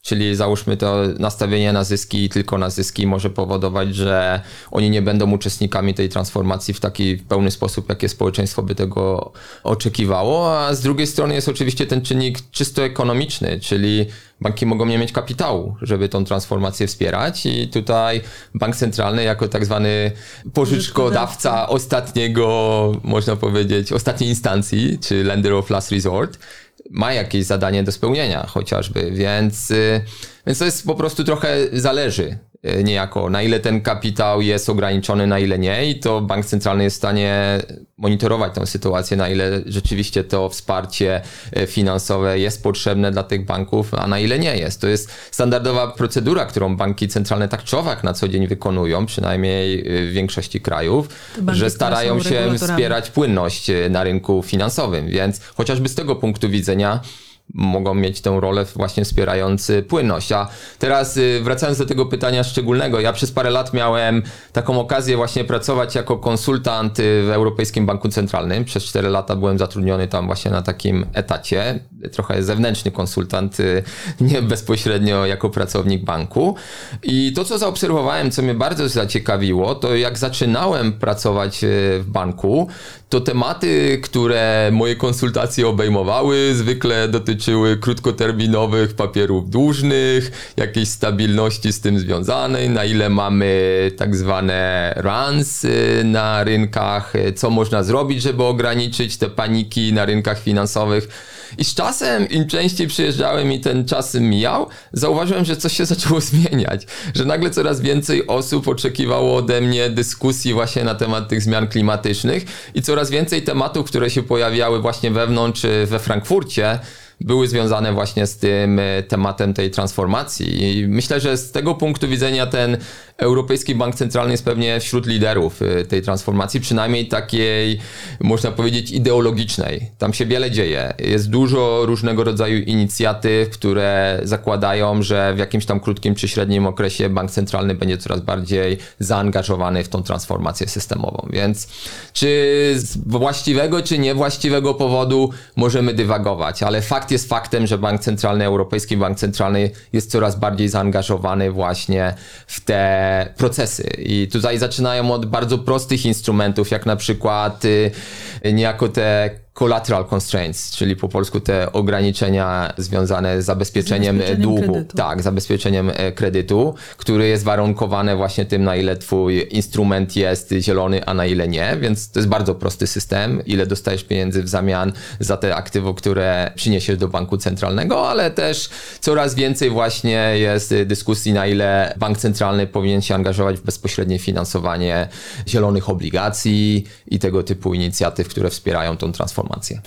Czyli załóżmy to nastawienie na zyski i tylko na zyski może powodować, że oni nie będą uczestnikami tej transformacji w taki pełny sposób, jakie społeczeństwo by tego oczekiwało. A z drugiej strony jest oczywiście ten czynnik czysto ekonomiczny, czyli banki mogą nie mieć kapitału, żeby tą transformację wspierać i tutaj bank centralny jako tak zwany pożyczkodawca ostatniego, można powiedzieć, ostatniej instancji, czy lender of last resort, ma jakieś zadanie do spełnienia chociażby, więc, więc to jest po prostu trochę zależy niejako, na ile ten kapitał jest ograniczony, na ile nie i to bank centralny jest w stanie monitorować tę sytuację, na ile rzeczywiście to wsparcie finansowe jest potrzebne dla tych banków, a na ile nie jest. To jest standardowa procedura, którą banki centralne tak czy owak na co dzień wykonują, przynajmniej w większości krajów, banki, że starają się wspierać płynność na rynku finansowym, więc chociażby z tego punktu widzenia mogą mieć tę rolę właśnie wspierający płynność. A teraz wracając do tego pytania szczególnego, ja przez parę lat miałem taką okazję właśnie pracować jako konsultant w Europejskim Banku Centralnym. Przez cztery lata byłem zatrudniony tam właśnie na takim etacie. Trochę zewnętrzny konsultant, nie bezpośrednio jako pracownik banku. I to, co zaobserwowałem, co mnie bardzo zaciekawiło, to jak zaczynałem pracować w banku, to tematy, które moje konsultacje obejmowały, zwykle dotyczyły krótkoterminowych papierów dłużnych, jakiejś stabilności z tym związanej, na ile mamy tak zwane runs na rynkach, co można zrobić, żeby ograniczyć te paniki na rynkach finansowych. I z czasem, im częściej przyjeżdżałem i ten czas mijał, zauważyłem, że coś się zaczęło zmieniać, że nagle coraz więcej osób oczekiwało ode mnie dyskusji właśnie na temat tych zmian klimatycznych i coraz więcej tematów, które się pojawiały właśnie wewnątrz we Frankfurcie, były związane właśnie z tym tematem tej transformacji. I myślę, że z tego punktu widzenia ten Europejski Bank Centralny jest pewnie wśród liderów tej transformacji, przynajmniej takiej, można powiedzieć, ideologicznej. Tam się wiele dzieje. Jest dużo różnego rodzaju inicjatyw, które zakładają, że w jakimś tam krótkim czy średnim okresie Bank Centralny będzie coraz bardziej zaangażowany w tą transformację systemową. Więc czy z właściwego, czy niewłaściwego powodu możemy dywagować, ale fakt jest faktem, że Bank Centralny, Europejski Bank Centralny jest coraz bardziej zaangażowany właśnie w te procesy. I tutaj zaczynają od bardzo prostych instrumentów, jak na przykład niejako te collateral constraints, czyli po polsku te ograniczenia związane z zabezpieczeniem, zabezpieczeniem długu. Kredytu. Tak, zabezpieczeniem kredytu, który jest warunkowany właśnie tym, na ile twój instrument jest zielony, a na ile nie, więc to jest bardzo prosty system, ile dostajesz pieniędzy w zamian za te aktywo, które przyniesiesz do banku centralnego, ale też coraz więcej właśnie jest dyskusji, na ile bank centralny powinien się angażować w bezpośrednie finansowanie zielonych obligacji i tego typu inicjatyw, które wspierają tą transformację.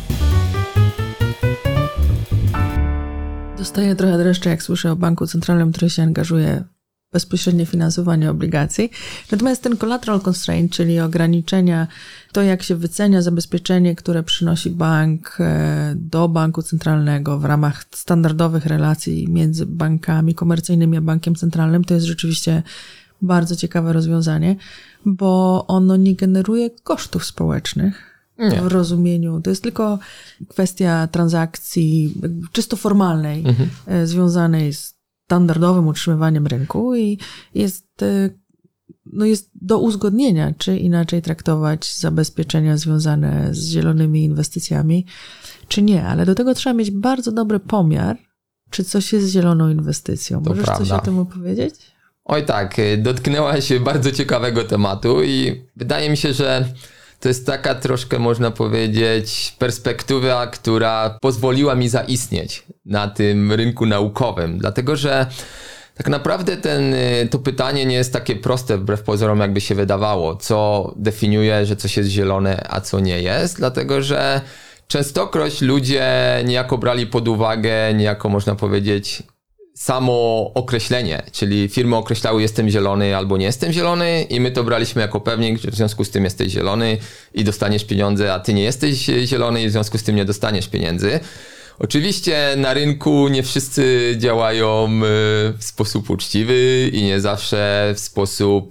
Dostaję trochę dreszcze, jak słyszę o banku centralnym, który się angażuje w bezpośrednie finansowanie obligacji. Natomiast ten collateral constraint, czyli ograniczenia, to jak się wycenia zabezpieczenie, które przynosi bank do banku centralnego w ramach standardowych relacji między bankami komercyjnymi a bankiem centralnym, to jest rzeczywiście bardzo ciekawe rozwiązanie, bo ono nie generuje kosztów społecznych. Nie. W rozumieniu. To jest tylko kwestia transakcji czysto formalnej, mhm. związanej z standardowym utrzymywaniem rynku i jest, no jest do uzgodnienia, czy inaczej traktować zabezpieczenia związane z zielonymi inwestycjami, czy nie. Ale do tego trzeba mieć bardzo dobry pomiar, czy coś jest zieloną inwestycją. To Możesz prawda. Coś o tym opowiedzieć? Oj tak, dotknęłaś bardzo ciekawego tematu i wydaje mi się, że to jest taka troszkę, można powiedzieć, perspektywa, która pozwoliła mi zaistnieć na tym rynku naukowym, dlatego że tak naprawdę ten, to pytanie nie jest takie proste, wbrew pozorom, jakby się wydawało, co definiuje, że coś jest zielone, a co nie jest, dlatego że częstokroć ludzie niejako brali pod uwagę, niejako można powiedzieć, samo określenie, czyli firmy określały jestem zielony albo nie jestem zielony i my to braliśmy jako pewnik, że w związku z tym jesteś zielony i dostaniesz pieniądze, a ty nie jesteś zielony i w związku z tym nie dostaniesz pieniędzy. Oczywiście na rynku nie wszyscy działają w sposób uczciwy i nie zawsze w sposób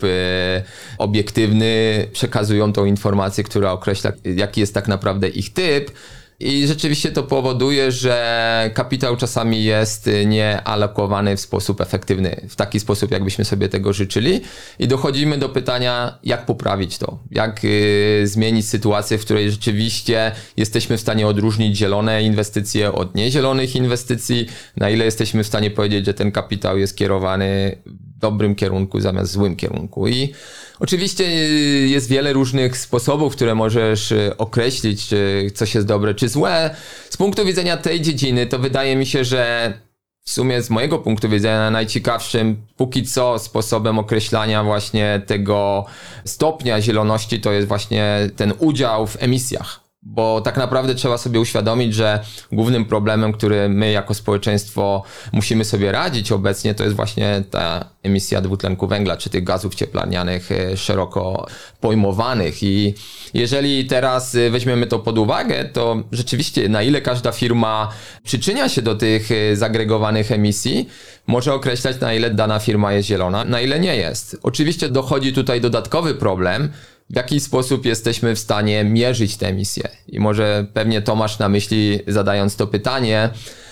obiektywny przekazują tą informację, która określa, jaki jest tak naprawdę ich typ. I rzeczywiście to powoduje, że kapitał czasami jest niealokowany w sposób efektywny, w taki sposób, jakbyśmy sobie tego życzyli. I dochodzimy do pytania, jak poprawić to, jak y, zmienić sytuację, w której rzeczywiście jesteśmy w stanie odróżnić zielone inwestycje od niezielonych inwestycji, na ile jesteśmy w stanie powiedzieć, że ten kapitał jest kierowany w dobrym kierunku zamiast w złym kierunku. I oczywiście jest wiele różnych sposobów, które możesz określić, czy coś jest dobre, czy złe. Z punktu widzenia tej dziedziny to wydaje mi się, że w sumie z mojego punktu widzenia najciekawszym póki co sposobem określania właśnie tego stopnia zieloności to jest właśnie ten udział w emisjach. Bo tak naprawdę trzeba sobie uświadomić, że głównym problemem, który my jako społeczeństwo musimy sobie radzić obecnie, to jest właśnie ta emisja dwutlenku węgla, czy tych gazów cieplarnianych szeroko pojmowanych. I jeżeli teraz weźmiemy to pod uwagę, to rzeczywiście na ile każda firma przyczynia się do tych zagregowanych emisji, może określać, na ile dana firma jest zielona, na ile nie jest. Oczywiście dochodzi tutaj dodatkowy problem, w jaki sposób jesteśmy w stanie mierzyć te emisje. I może pewnie to masz na myśli, zadając to pytanie.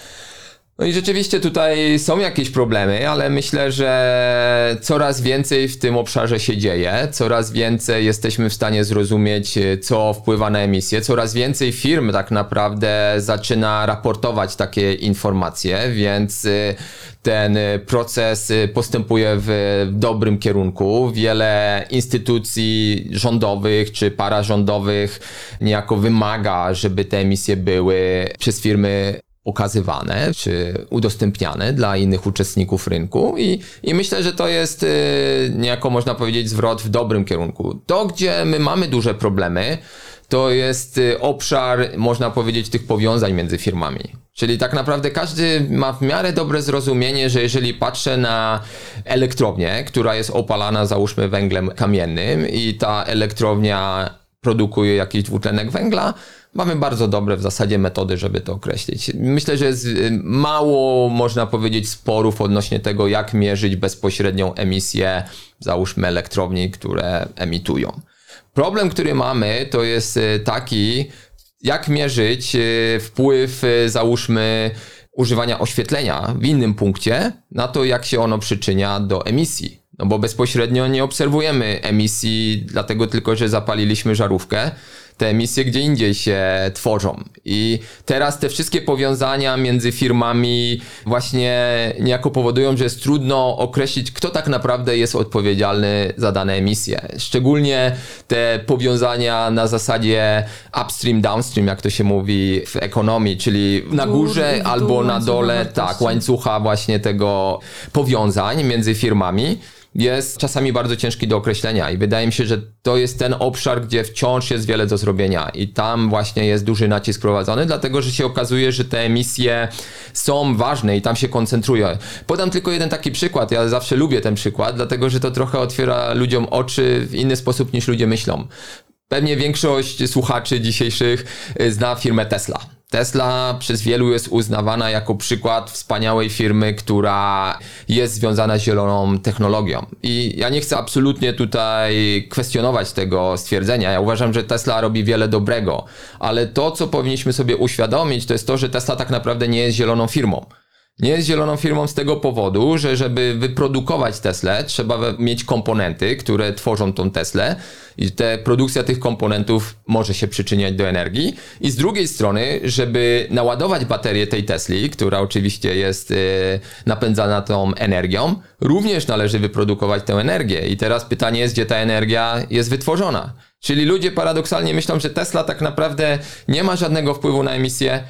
No i rzeczywiście tutaj są jakieś problemy, ale myślę, że coraz więcej w tym obszarze się dzieje, coraz więcej jesteśmy w stanie zrozumieć, co wpływa na emisje, coraz więcej firm tak naprawdę zaczyna raportować takie informacje, więc ten proces postępuje w dobrym kierunku. Wiele instytucji rządowych czy pararządowych niejako wymaga, żeby te emisje były przez firmy pokazywane czy udostępniane dla innych uczestników rynku i, i myślę, że to jest niejako można powiedzieć zwrot w dobrym kierunku. To, gdzie my mamy duże problemy, to jest obszar, można powiedzieć, tych powiązań między firmami. Czyli tak naprawdę każdy ma w miarę dobre zrozumienie, że jeżeli patrzę na elektrownię, która jest opalana załóżmy węglem kamiennym i ta elektrownia produkuje jakiś dwutlenek węgla, mamy bardzo dobre w zasadzie metody, żeby to określić. Myślę, że jest mało, można powiedzieć, sporów odnośnie tego, jak mierzyć bezpośrednią emisję, załóżmy elektrowni, które emitują. Problem, który mamy, to jest taki, jak mierzyć wpływ, załóżmy, używania oświetlenia w innym punkcie na to, jak się ono przyczynia do emisji. No bo bezpośrednio nie obserwujemy emisji, dlatego tylko, że zapaliliśmy żarówkę. Te emisje gdzie indziej się tworzą. I teraz te wszystkie powiązania między firmami właśnie niejako powodują, że jest trudno określić, kto tak naprawdę jest odpowiedzialny za dane emisje. Szczególnie te powiązania na zasadzie upstream, downstream, jak to się mówi w ekonomii, czyli na górze Gór, albo dół, na dole, tak, łańcucha właśnie tego powiązań między firmami. Jest czasami bardzo ciężki do określenia i wydaje mi się, że to jest ten obszar, gdzie wciąż jest wiele do zrobienia i tam właśnie jest duży nacisk prowadzony, dlatego że się okazuje, że te emisje są ważne i tam się koncentruje. Podam tylko jeden taki przykład, ja zawsze lubię ten przykład, dlatego że to trochę otwiera ludziom oczy w inny sposób niż ludzie myślą. Pewnie większość słuchaczy dzisiejszych zna firmę Tesla. Tesla przez wielu jest uznawana jako przykład wspaniałej firmy, która jest związana z zieloną technologią. I ja nie chcę absolutnie tutaj kwestionować tego stwierdzenia. Ja uważam, że Tesla robi wiele dobrego, ale to, co powinniśmy sobie uświadomić, to jest to, że Tesla tak naprawdę nie jest zieloną firmą. Nie jest zieloną firmą z tego powodu, że żeby wyprodukować Teslę, trzeba mieć komponenty, które tworzą tą Teslę i te produkcja tych komponentów może się przyczyniać do energii. I z drugiej strony, żeby naładować baterię tej Tesli, która oczywiście jest yy, napędzana tą energią, również należy wyprodukować tę energię. I teraz pytanie jest, gdzie ta energia jest wytworzona. Czyli ludzie paradoksalnie myślą, że Tesla tak naprawdę nie ma żadnego wpływu na emisję,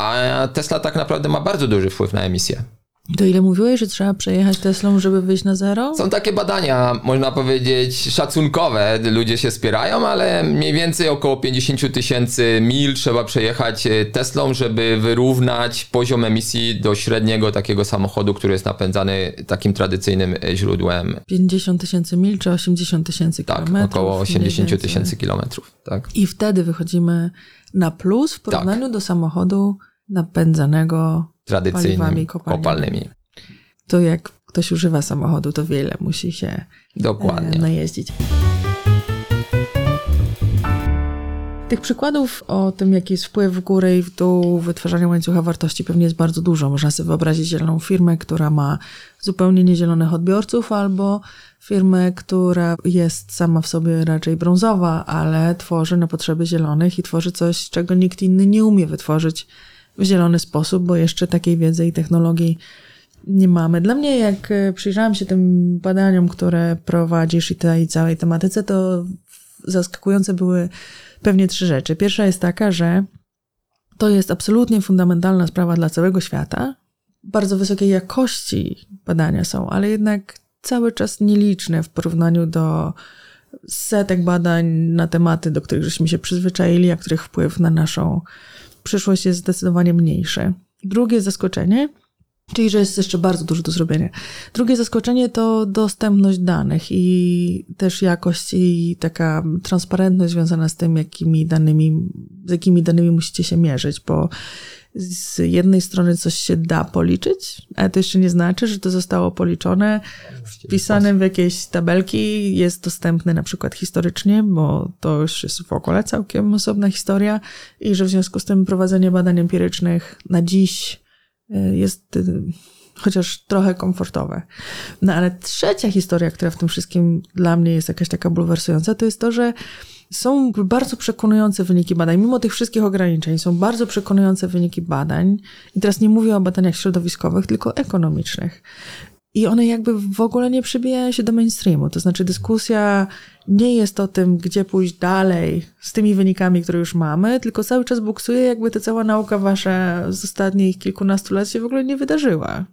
a Tesla tak naprawdę ma bardzo duży wpływ na emisję. To ile mówiłeś, że trzeba przejechać Teslą, żeby wyjść na zero? Są takie badania, można powiedzieć, szacunkowe. Ludzie się spierają, ale mniej więcej około pięćdziesiąt tysięcy mil trzeba przejechać Teslą, żeby wyrównać poziom emisji do średniego takiego samochodu, który jest napędzany takim tradycyjnym źródłem. pięćdziesiąt tysięcy mil czy osiemdziesiąt tysięcy kilometrów? Tak, około osiemdziesiąt tysięcy kilometrów. Tak. I wtedy wychodzimy na plus w porównaniu tak. do samochodu napędzanego tradycyjnymi kopalnymi. kopalnymi. To jak ktoś używa samochodu, to wiele musi się Dokładnie. E, najeździć. Tych przykładów o tym, jaki jest wpływ w górę i w dół wytwarzania łańcucha wartości pewnie jest bardzo dużo. Można sobie wyobrazić zieloną firmę, która ma zupełnie niezielonych odbiorców, albo firmę, która jest sama w sobie raczej brązowa, ale tworzy na potrzeby zielonych i tworzy coś, czego nikt inny nie umie wytworzyć w zielony sposób, bo jeszcze takiej wiedzy i technologii nie mamy. Dla mnie, jak przyjrzałam się tym badaniom, które prowadzisz i tej całej tematyce, to zaskakujące były pewnie trzy rzeczy. Pierwsza jest taka, że to jest absolutnie fundamentalna sprawa dla całego świata. Bardzo wysokiej jakości badania są, ale jednak cały czas nieliczne w porównaniu do setek badań na tematy, do których żeśmy się przyzwyczaili, a których wpływ na naszą przyszłość jest zdecydowanie mniejszy. Drugie zaskoczenie, czyli że jest jeszcze bardzo dużo do zrobienia. Drugie zaskoczenie to dostępność danych i też jakość i taka transparentność związana z tym, jakimi danymi, z jakimi danymi musicie się mierzyć, bo z jednej strony coś się da policzyć, ale to jeszcze nie znaczy, że to zostało policzone, wpisane w jakieś tabelki, jest dostępne na przykład historycznie, bo to już jest w ogóle całkiem osobna historia i że w związku z tym prowadzenie badań empirycznych na dziś jest chociaż trochę komfortowe. No ale trzecia historia, która w tym wszystkim dla mnie jest jakaś taka bulwersująca, to jest to, że są bardzo przekonujące wyniki badań. Mimo tych wszystkich ograniczeń są bardzo przekonujące wyniki badań. I teraz nie mówię o badaniach środowiskowych, tylko ekonomicznych. I one jakby w ogóle nie przebijają się do mainstreamu. To znaczy dyskusja nie jest o tym, gdzie pójść dalej z tymi wynikami, które już mamy, tylko cały czas buksuje, jakby ta cała nauka wasza z ostatnich kilkunastu lat się w ogóle nie wydarzyła.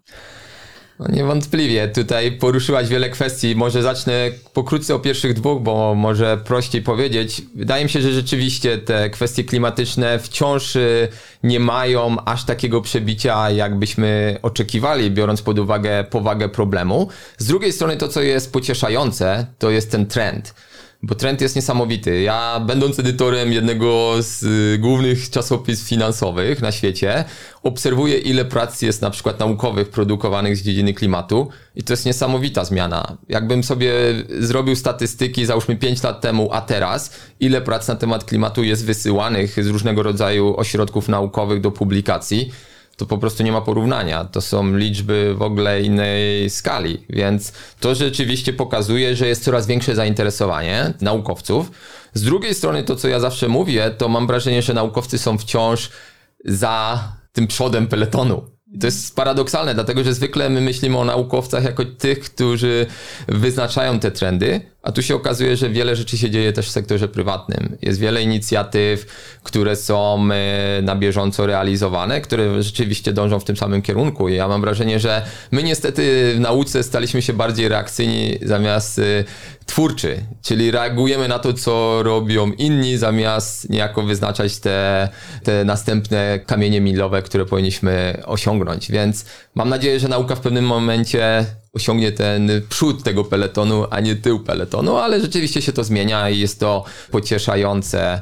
No niewątpliwie, tutaj poruszyłaś wiele kwestii. Może zacznę pokrótce o pierwszych dwóch, bo może prościej powiedzieć. Wydaje mi się, że rzeczywiście te kwestie klimatyczne wciąż nie mają aż takiego przebicia, jakbyśmy oczekiwali, biorąc pod uwagę powagę problemu. Z drugiej strony to, co jest pocieszające, to jest ten trend. Bo trend jest niesamowity. Ja, będąc edytorem jednego z głównych czasopism finansowych na świecie, obserwuję, ile prac jest na przykład naukowych produkowanych z dziedziny klimatu i to jest niesamowita zmiana. Jakbym sobie zrobił statystyki, załóżmy pięć lat temu, a teraz, ile prac na temat klimatu jest wysyłanych z różnego rodzaju ośrodków naukowych do publikacji, to po prostu nie ma porównania. To są liczby w ogóle innej skali, więc to rzeczywiście pokazuje, że jest coraz większe zainteresowanie naukowców. Z drugiej strony to, co ja zawsze mówię, to mam wrażenie, że naukowcy są wciąż za tym przodem peletonu. I to jest paradoksalne, dlatego że zwykle my myślimy o naukowcach jako tych, którzy wyznaczają te trendy, a tu się okazuje, że wiele rzeczy się dzieje też w sektorze prywatnym. Jest wiele inicjatyw, które są na bieżąco realizowane, które rzeczywiście dążą w tym samym kierunku. I ja mam wrażenie, że my niestety w nauce staliśmy się bardziej reakcyjni zamiast twórczy, czyli reagujemy na to, co robią inni, zamiast niejako wyznaczać te, te następne kamienie milowe, które powinniśmy osiągnąć. Więc mam nadzieję, że nauka w pewnym momencie osiągnie ten przód tego peletonu, a nie tył peletonu, ale rzeczywiście się to zmienia i jest to pocieszające.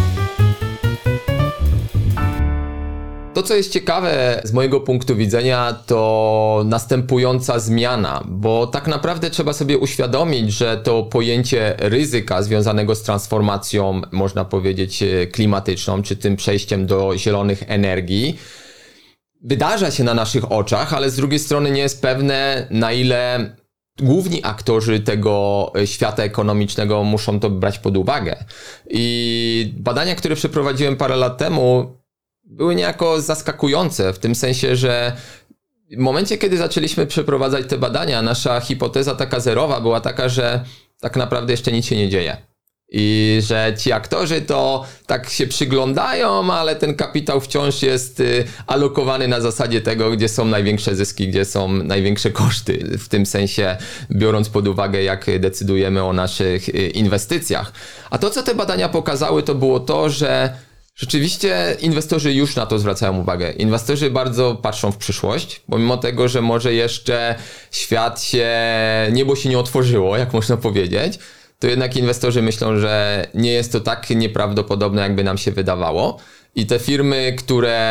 To, co jest ciekawe z mojego punktu widzenia, to następująca zmiana, bo tak naprawdę trzeba sobie uświadomić, że to pojęcie ryzyka związanego z transformacją, można powiedzieć, klimatyczną, czy tym przejściem do zielonych energii, wydarza się na naszych oczach, ale z drugiej strony nie jest pewne, na ile główni aktorzy tego świata ekonomicznego muszą to brać pod uwagę. I badania, które przeprowadziłem parę lat temu, były niejako zaskakujące, w tym sensie, że w momencie, kiedy zaczęliśmy przeprowadzać te badania, nasza hipoteza taka zerowa była taka, że tak naprawdę jeszcze nic się nie dzieje. I że ci aktorzy to tak się przyglądają, ale ten kapitał wciąż jest alokowany na zasadzie tego, gdzie są największe zyski, gdzie są największe koszty. W tym sensie biorąc pod uwagę, jak decydujemy o naszych inwestycjach. A to, co te badania pokazały, to było to, że rzeczywiście inwestorzy już na to zwracają uwagę. Inwestorzy bardzo patrzą w przyszłość, pomimo tego, że może jeszcze świat się, niebo się nie otworzyło, jak można powiedzieć, to jednak inwestorzy myślą, że nie jest to tak nieprawdopodobne, jakby nam się wydawało. I te firmy,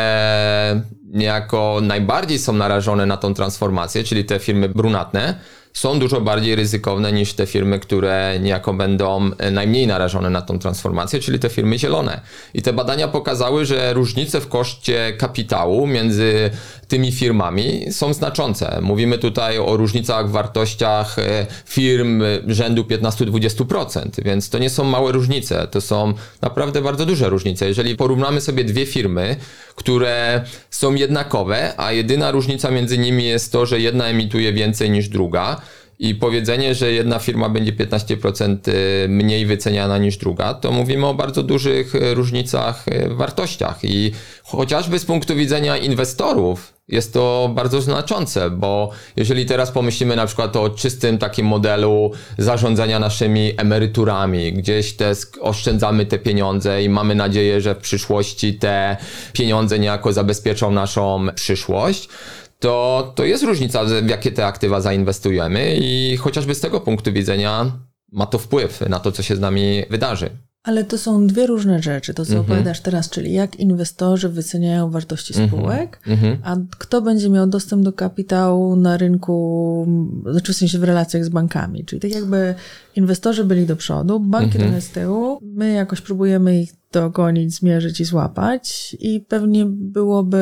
które niejako najbardziej są narażone na tą transformację, czyli te firmy brunatne, są dużo bardziej ryzykowne niż te firmy, które niejako będą najmniej narażone na tą transformację, czyli te firmy zielone. I te badania pokazały, że różnice w koszcie kapitału między tymi firmami są znaczące. Mówimy tutaj o różnicach w wartościach firm rzędu piętnaście do dwudziestu procent, więc to nie są małe różnice, to są naprawdę bardzo duże różnice. Jeżeli porównamy sobie dwie firmy, które są jednakowe, a jedyna różnica między nimi jest to, że jedna emituje więcej niż druga, i powiedzenie, że jedna firma będzie piętnaście procent mniej wyceniana niż druga, to mówimy o bardzo dużych różnicach w wartościach. I chociażby z punktu widzenia inwestorów jest to bardzo znaczące, bo jeżeli teraz pomyślimy na przykład o czystym takim modelu zarządzania naszymi emeryturami, gdzieś te oszczędzamy te pieniądze i mamy nadzieję, że w przyszłości te pieniądze niejako zabezpieczą naszą przyszłość, to, to jest różnica, w jakie te aktywa zainwestujemy i chociażby z tego punktu widzenia ma to wpływ na to, co się z nami wydarzy. Ale to są dwie różne rzeczy, to co mm-hmm. opowiadasz teraz, czyli jak inwestorzy wyceniają wartości spółek, mm-hmm. a kto będzie miał dostęp do kapitału na rynku, znaczy w sensie w relacjach z bankami. Czyli tak jakby inwestorzy byli do przodu, banki mm-hmm. trochę z tyłu, my jakoś próbujemy ich dogonić, zmierzyć i złapać i pewnie byłoby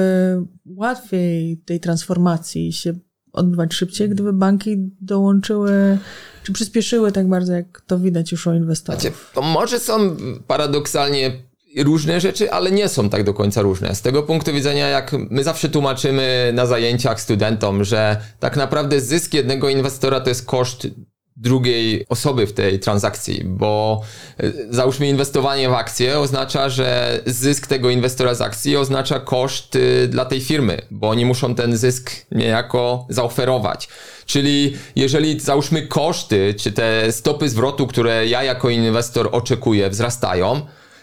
łatwiej tej transformacji się odbywać szybciej, gdyby banki dołączyły czy przyspieszyły tak bardzo, jak to widać już u inwestorów. Znaczy, to może są paradoksalnie różne rzeczy, ale nie są tak do końca różne. Z tego punktu widzenia, jak my zawsze tłumaczymy na zajęciach studentom, że tak naprawdę zysk jednego inwestora to jest koszt drugiej osoby w tej transakcji, bo załóżmy inwestowanie w akcje oznacza, że zysk tego inwestora z akcji oznacza koszt dla tej firmy, bo oni muszą ten zysk niejako zaoferować. Czyli jeżeli załóżmy koszty, czy te stopy zwrotu, które ja jako inwestor oczekuję, wzrastają,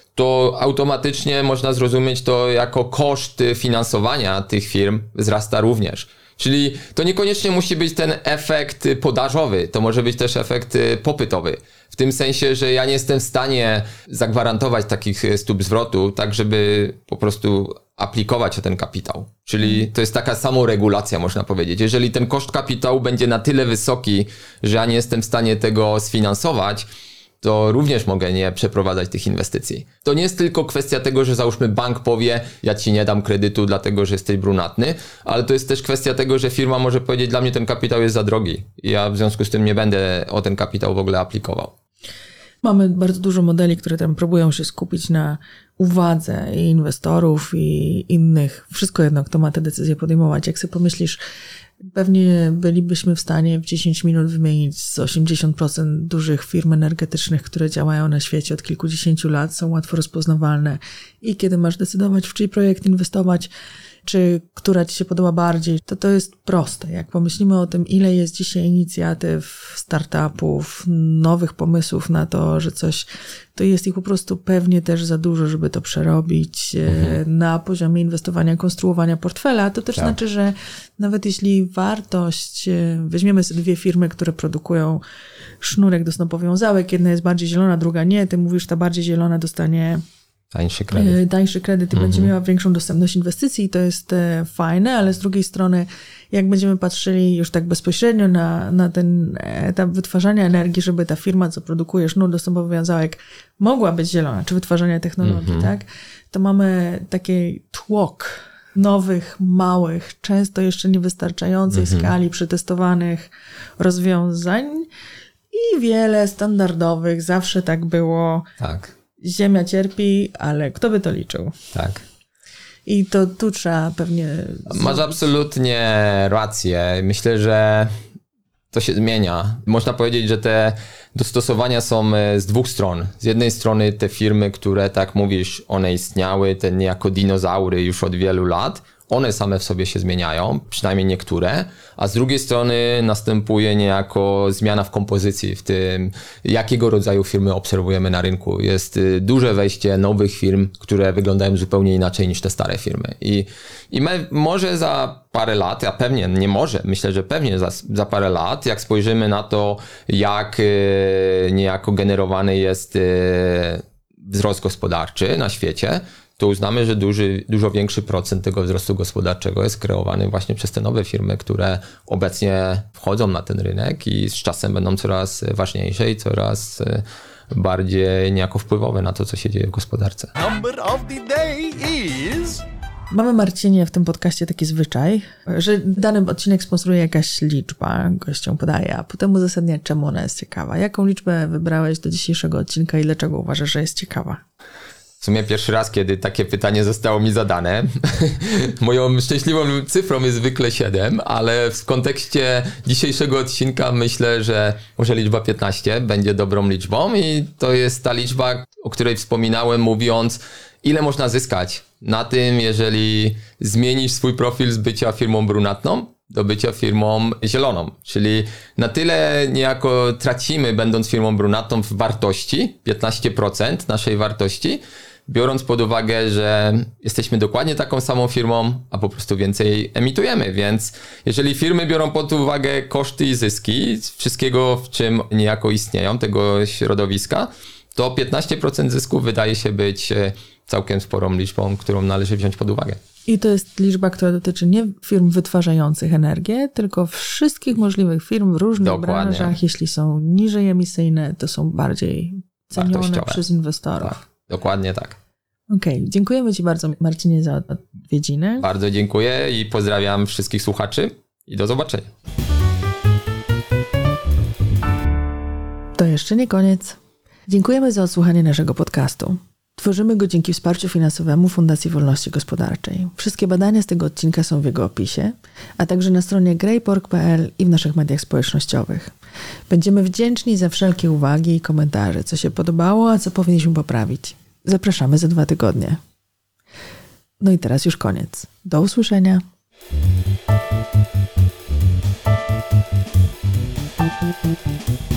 to automatycznie można zrozumieć to jako koszt finansowania tych firm wzrasta również. Czyli to niekoniecznie musi być ten efekt podażowy, to może być też efekt popytowy. W tym sensie, że ja nie jestem w stanie zagwarantować takich stóp zwrotu, tak żeby po prostu aplikować o ten kapitał. Czyli to jest taka samoregulacja, można powiedzieć. Jeżeli ten koszt kapitału będzie na tyle wysoki, że ja nie jestem w stanie tego sfinansować, to również mogę nie przeprowadzać tych inwestycji. To nie jest tylko kwestia tego, że załóżmy bank powie, ja ci nie dam kredytu dlatego, że jesteś brunatny, ale to jest też kwestia tego, że firma może powiedzieć, dla mnie ten kapitał jest za drogi i ja w związku z tym nie będę o ten kapitał w ogóle aplikował. Mamy bardzo dużo modeli, które tam próbują się skupić na uwadze i inwestorów i innych. Wszystko jedno, kto ma te decyzje podejmować. Jak sobie pomyślisz, pewnie bylibyśmy w stanie w dziesięć minut wymienić z osiemdziesiąt procent dużych firm energetycznych, które działają na świecie od kilkudziesięciu lat, są łatwo rozpoznawalne i kiedy masz decydować, w czyj projekt inwestować, czy która ci się podoba bardziej, to to jest proste. Jak pomyślimy o tym, ile jest dzisiaj inicjatyw, startupów, nowych pomysłów na to, że coś, to jest ich po prostu pewnie też za dużo, żeby to przerobić mhm. na poziomie inwestowania, konstruowania portfela. To też tak. znaczy, że nawet jeśli wartość, weźmiemy sobie dwie firmy, które produkują sznurek do snopowiązałek, jedna jest bardziej zielona, druga nie, ty mówisz, ta bardziej zielona dostanie Tańszy kredyt. Tańszy kredyt i mhm. będzie miała większą dostępność inwestycji i to jest e, fajne, ale z drugiej strony, jak będziemy patrzyli już tak bezpośrednio na, na ten etap wytwarzania energii, żeby ta firma, co produkuje sznur do snopowiązałek, mogła być zielona, czy wytwarzania technologii, mhm. tak? To mamy taki tłok nowych, małych, często jeszcze niewystarczającej mhm. skali przetestowanych rozwiązań i wiele standardowych, zawsze tak było. Tak. Ziemia cierpi, ale kto by to liczył? Tak. I to tu trzeba pewnie... Masz zrobić. Absolutnie rację. Myślę, że to się zmienia. Można powiedzieć, że te dostosowania są z dwóch stron. Z jednej strony te firmy, które, tak mówisz, one istniały, te niejako dinozaury już od wielu lat, one same w sobie się zmieniają, przynajmniej niektóre, a z drugiej strony następuje niejako zmiana w kompozycji, w tym jakiego rodzaju firmy obserwujemy na rynku. Jest duże wejście nowych firm, które wyglądają zupełnie inaczej niż te stare firmy. I, i my, może za parę lat, a pewnie nie może, myślę, że pewnie za, za parę lat, jak spojrzymy na to, jak niejako generowany jest wzrost gospodarczy na świecie, to uznamy, że duży, dużo większy procent tego wzrostu gospodarczego jest kreowany właśnie przez te nowe firmy, które obecnie wchodzą na ten rynek i z czasem będą coraz ważniejsze i coraz bardziej niejako wpływowe na to, co się dzieje w gospodarce. Number of the day is... Mamy, Marcinie, w tym podcaście taki zwyczaj, że dany odcinek sponsoruje jakaś liczba, gościom podaje, a potem uzasadnia, czemu ona jest ciekawa. Jaką liczbę wybrałeś do dzisiejszego odcinka i dlaczego uważasz, że jest ciekawa? W sumie pierwszy raz, kiedy takie pytanie zostało mi zadane. Moją szczęśliwą cyfrą jest zwykle siedem, ale w kontekście dzisiejszego odcinka myślę, że może liczba piętnaście będzie dobrą liczbą i to jest ta liczba, o której wspominałem, mówiąc, ile można zyskać na tym, jeżeli zmienisz swój profil z bycia firmą brunatną do bycia firmą zieloną. Czyli na tyle niejako tracimy, będąc firmą brunatną, w wartości, piętnaście procent naszej wartości, biorąc pod uwagę, że jesteśmy dokładnie taką samą firmą, a po prostu więcej emitujemy. Więc jeżeli firmy biorą pod uwagę koszty i zyski wszystkiego, w czym niejako istnieją, tego środowiska, to piętnaście procent zysków wydaje się być całkiem sporą liczbą, którą należy wziąć pod uwagę. I to jest liczba, która dotyczy nie firm wytwarzających energię, tylko wszystkich możliwych firm w różnych Dokładnie. branżach. Jeśli są niżej emisyjne, to są bardziej cenione Wartościowe. przez inwestorów. Tak, dokładnie tak. Okej, okay. Dziękujemy Ci bardzo, Marcinie, za odwiedziny. Bardzo dziękuję i pozdrawiam wszystkich słuchaczy i do zobaczenia. To jeszcze nie koniec. Dziękujemy za odsłuchanie naszego podcastu. Tworzymy go dzięki wsparciu finansowemu Fundacji Wolności Gospodarczej. Wszystkie badania z tego odcinka są w jego opisie, a także na stronie greypork kropka p l i w naszych mediach społecznościowych. Będziemy wdzięczni za wszelkie uwagi i komentarze, co się podobało, a co powinniśmy poprawić. Zapraszamy za dwa tygodnie. No i teraz już koniec. Do usłyszenia. Thank you.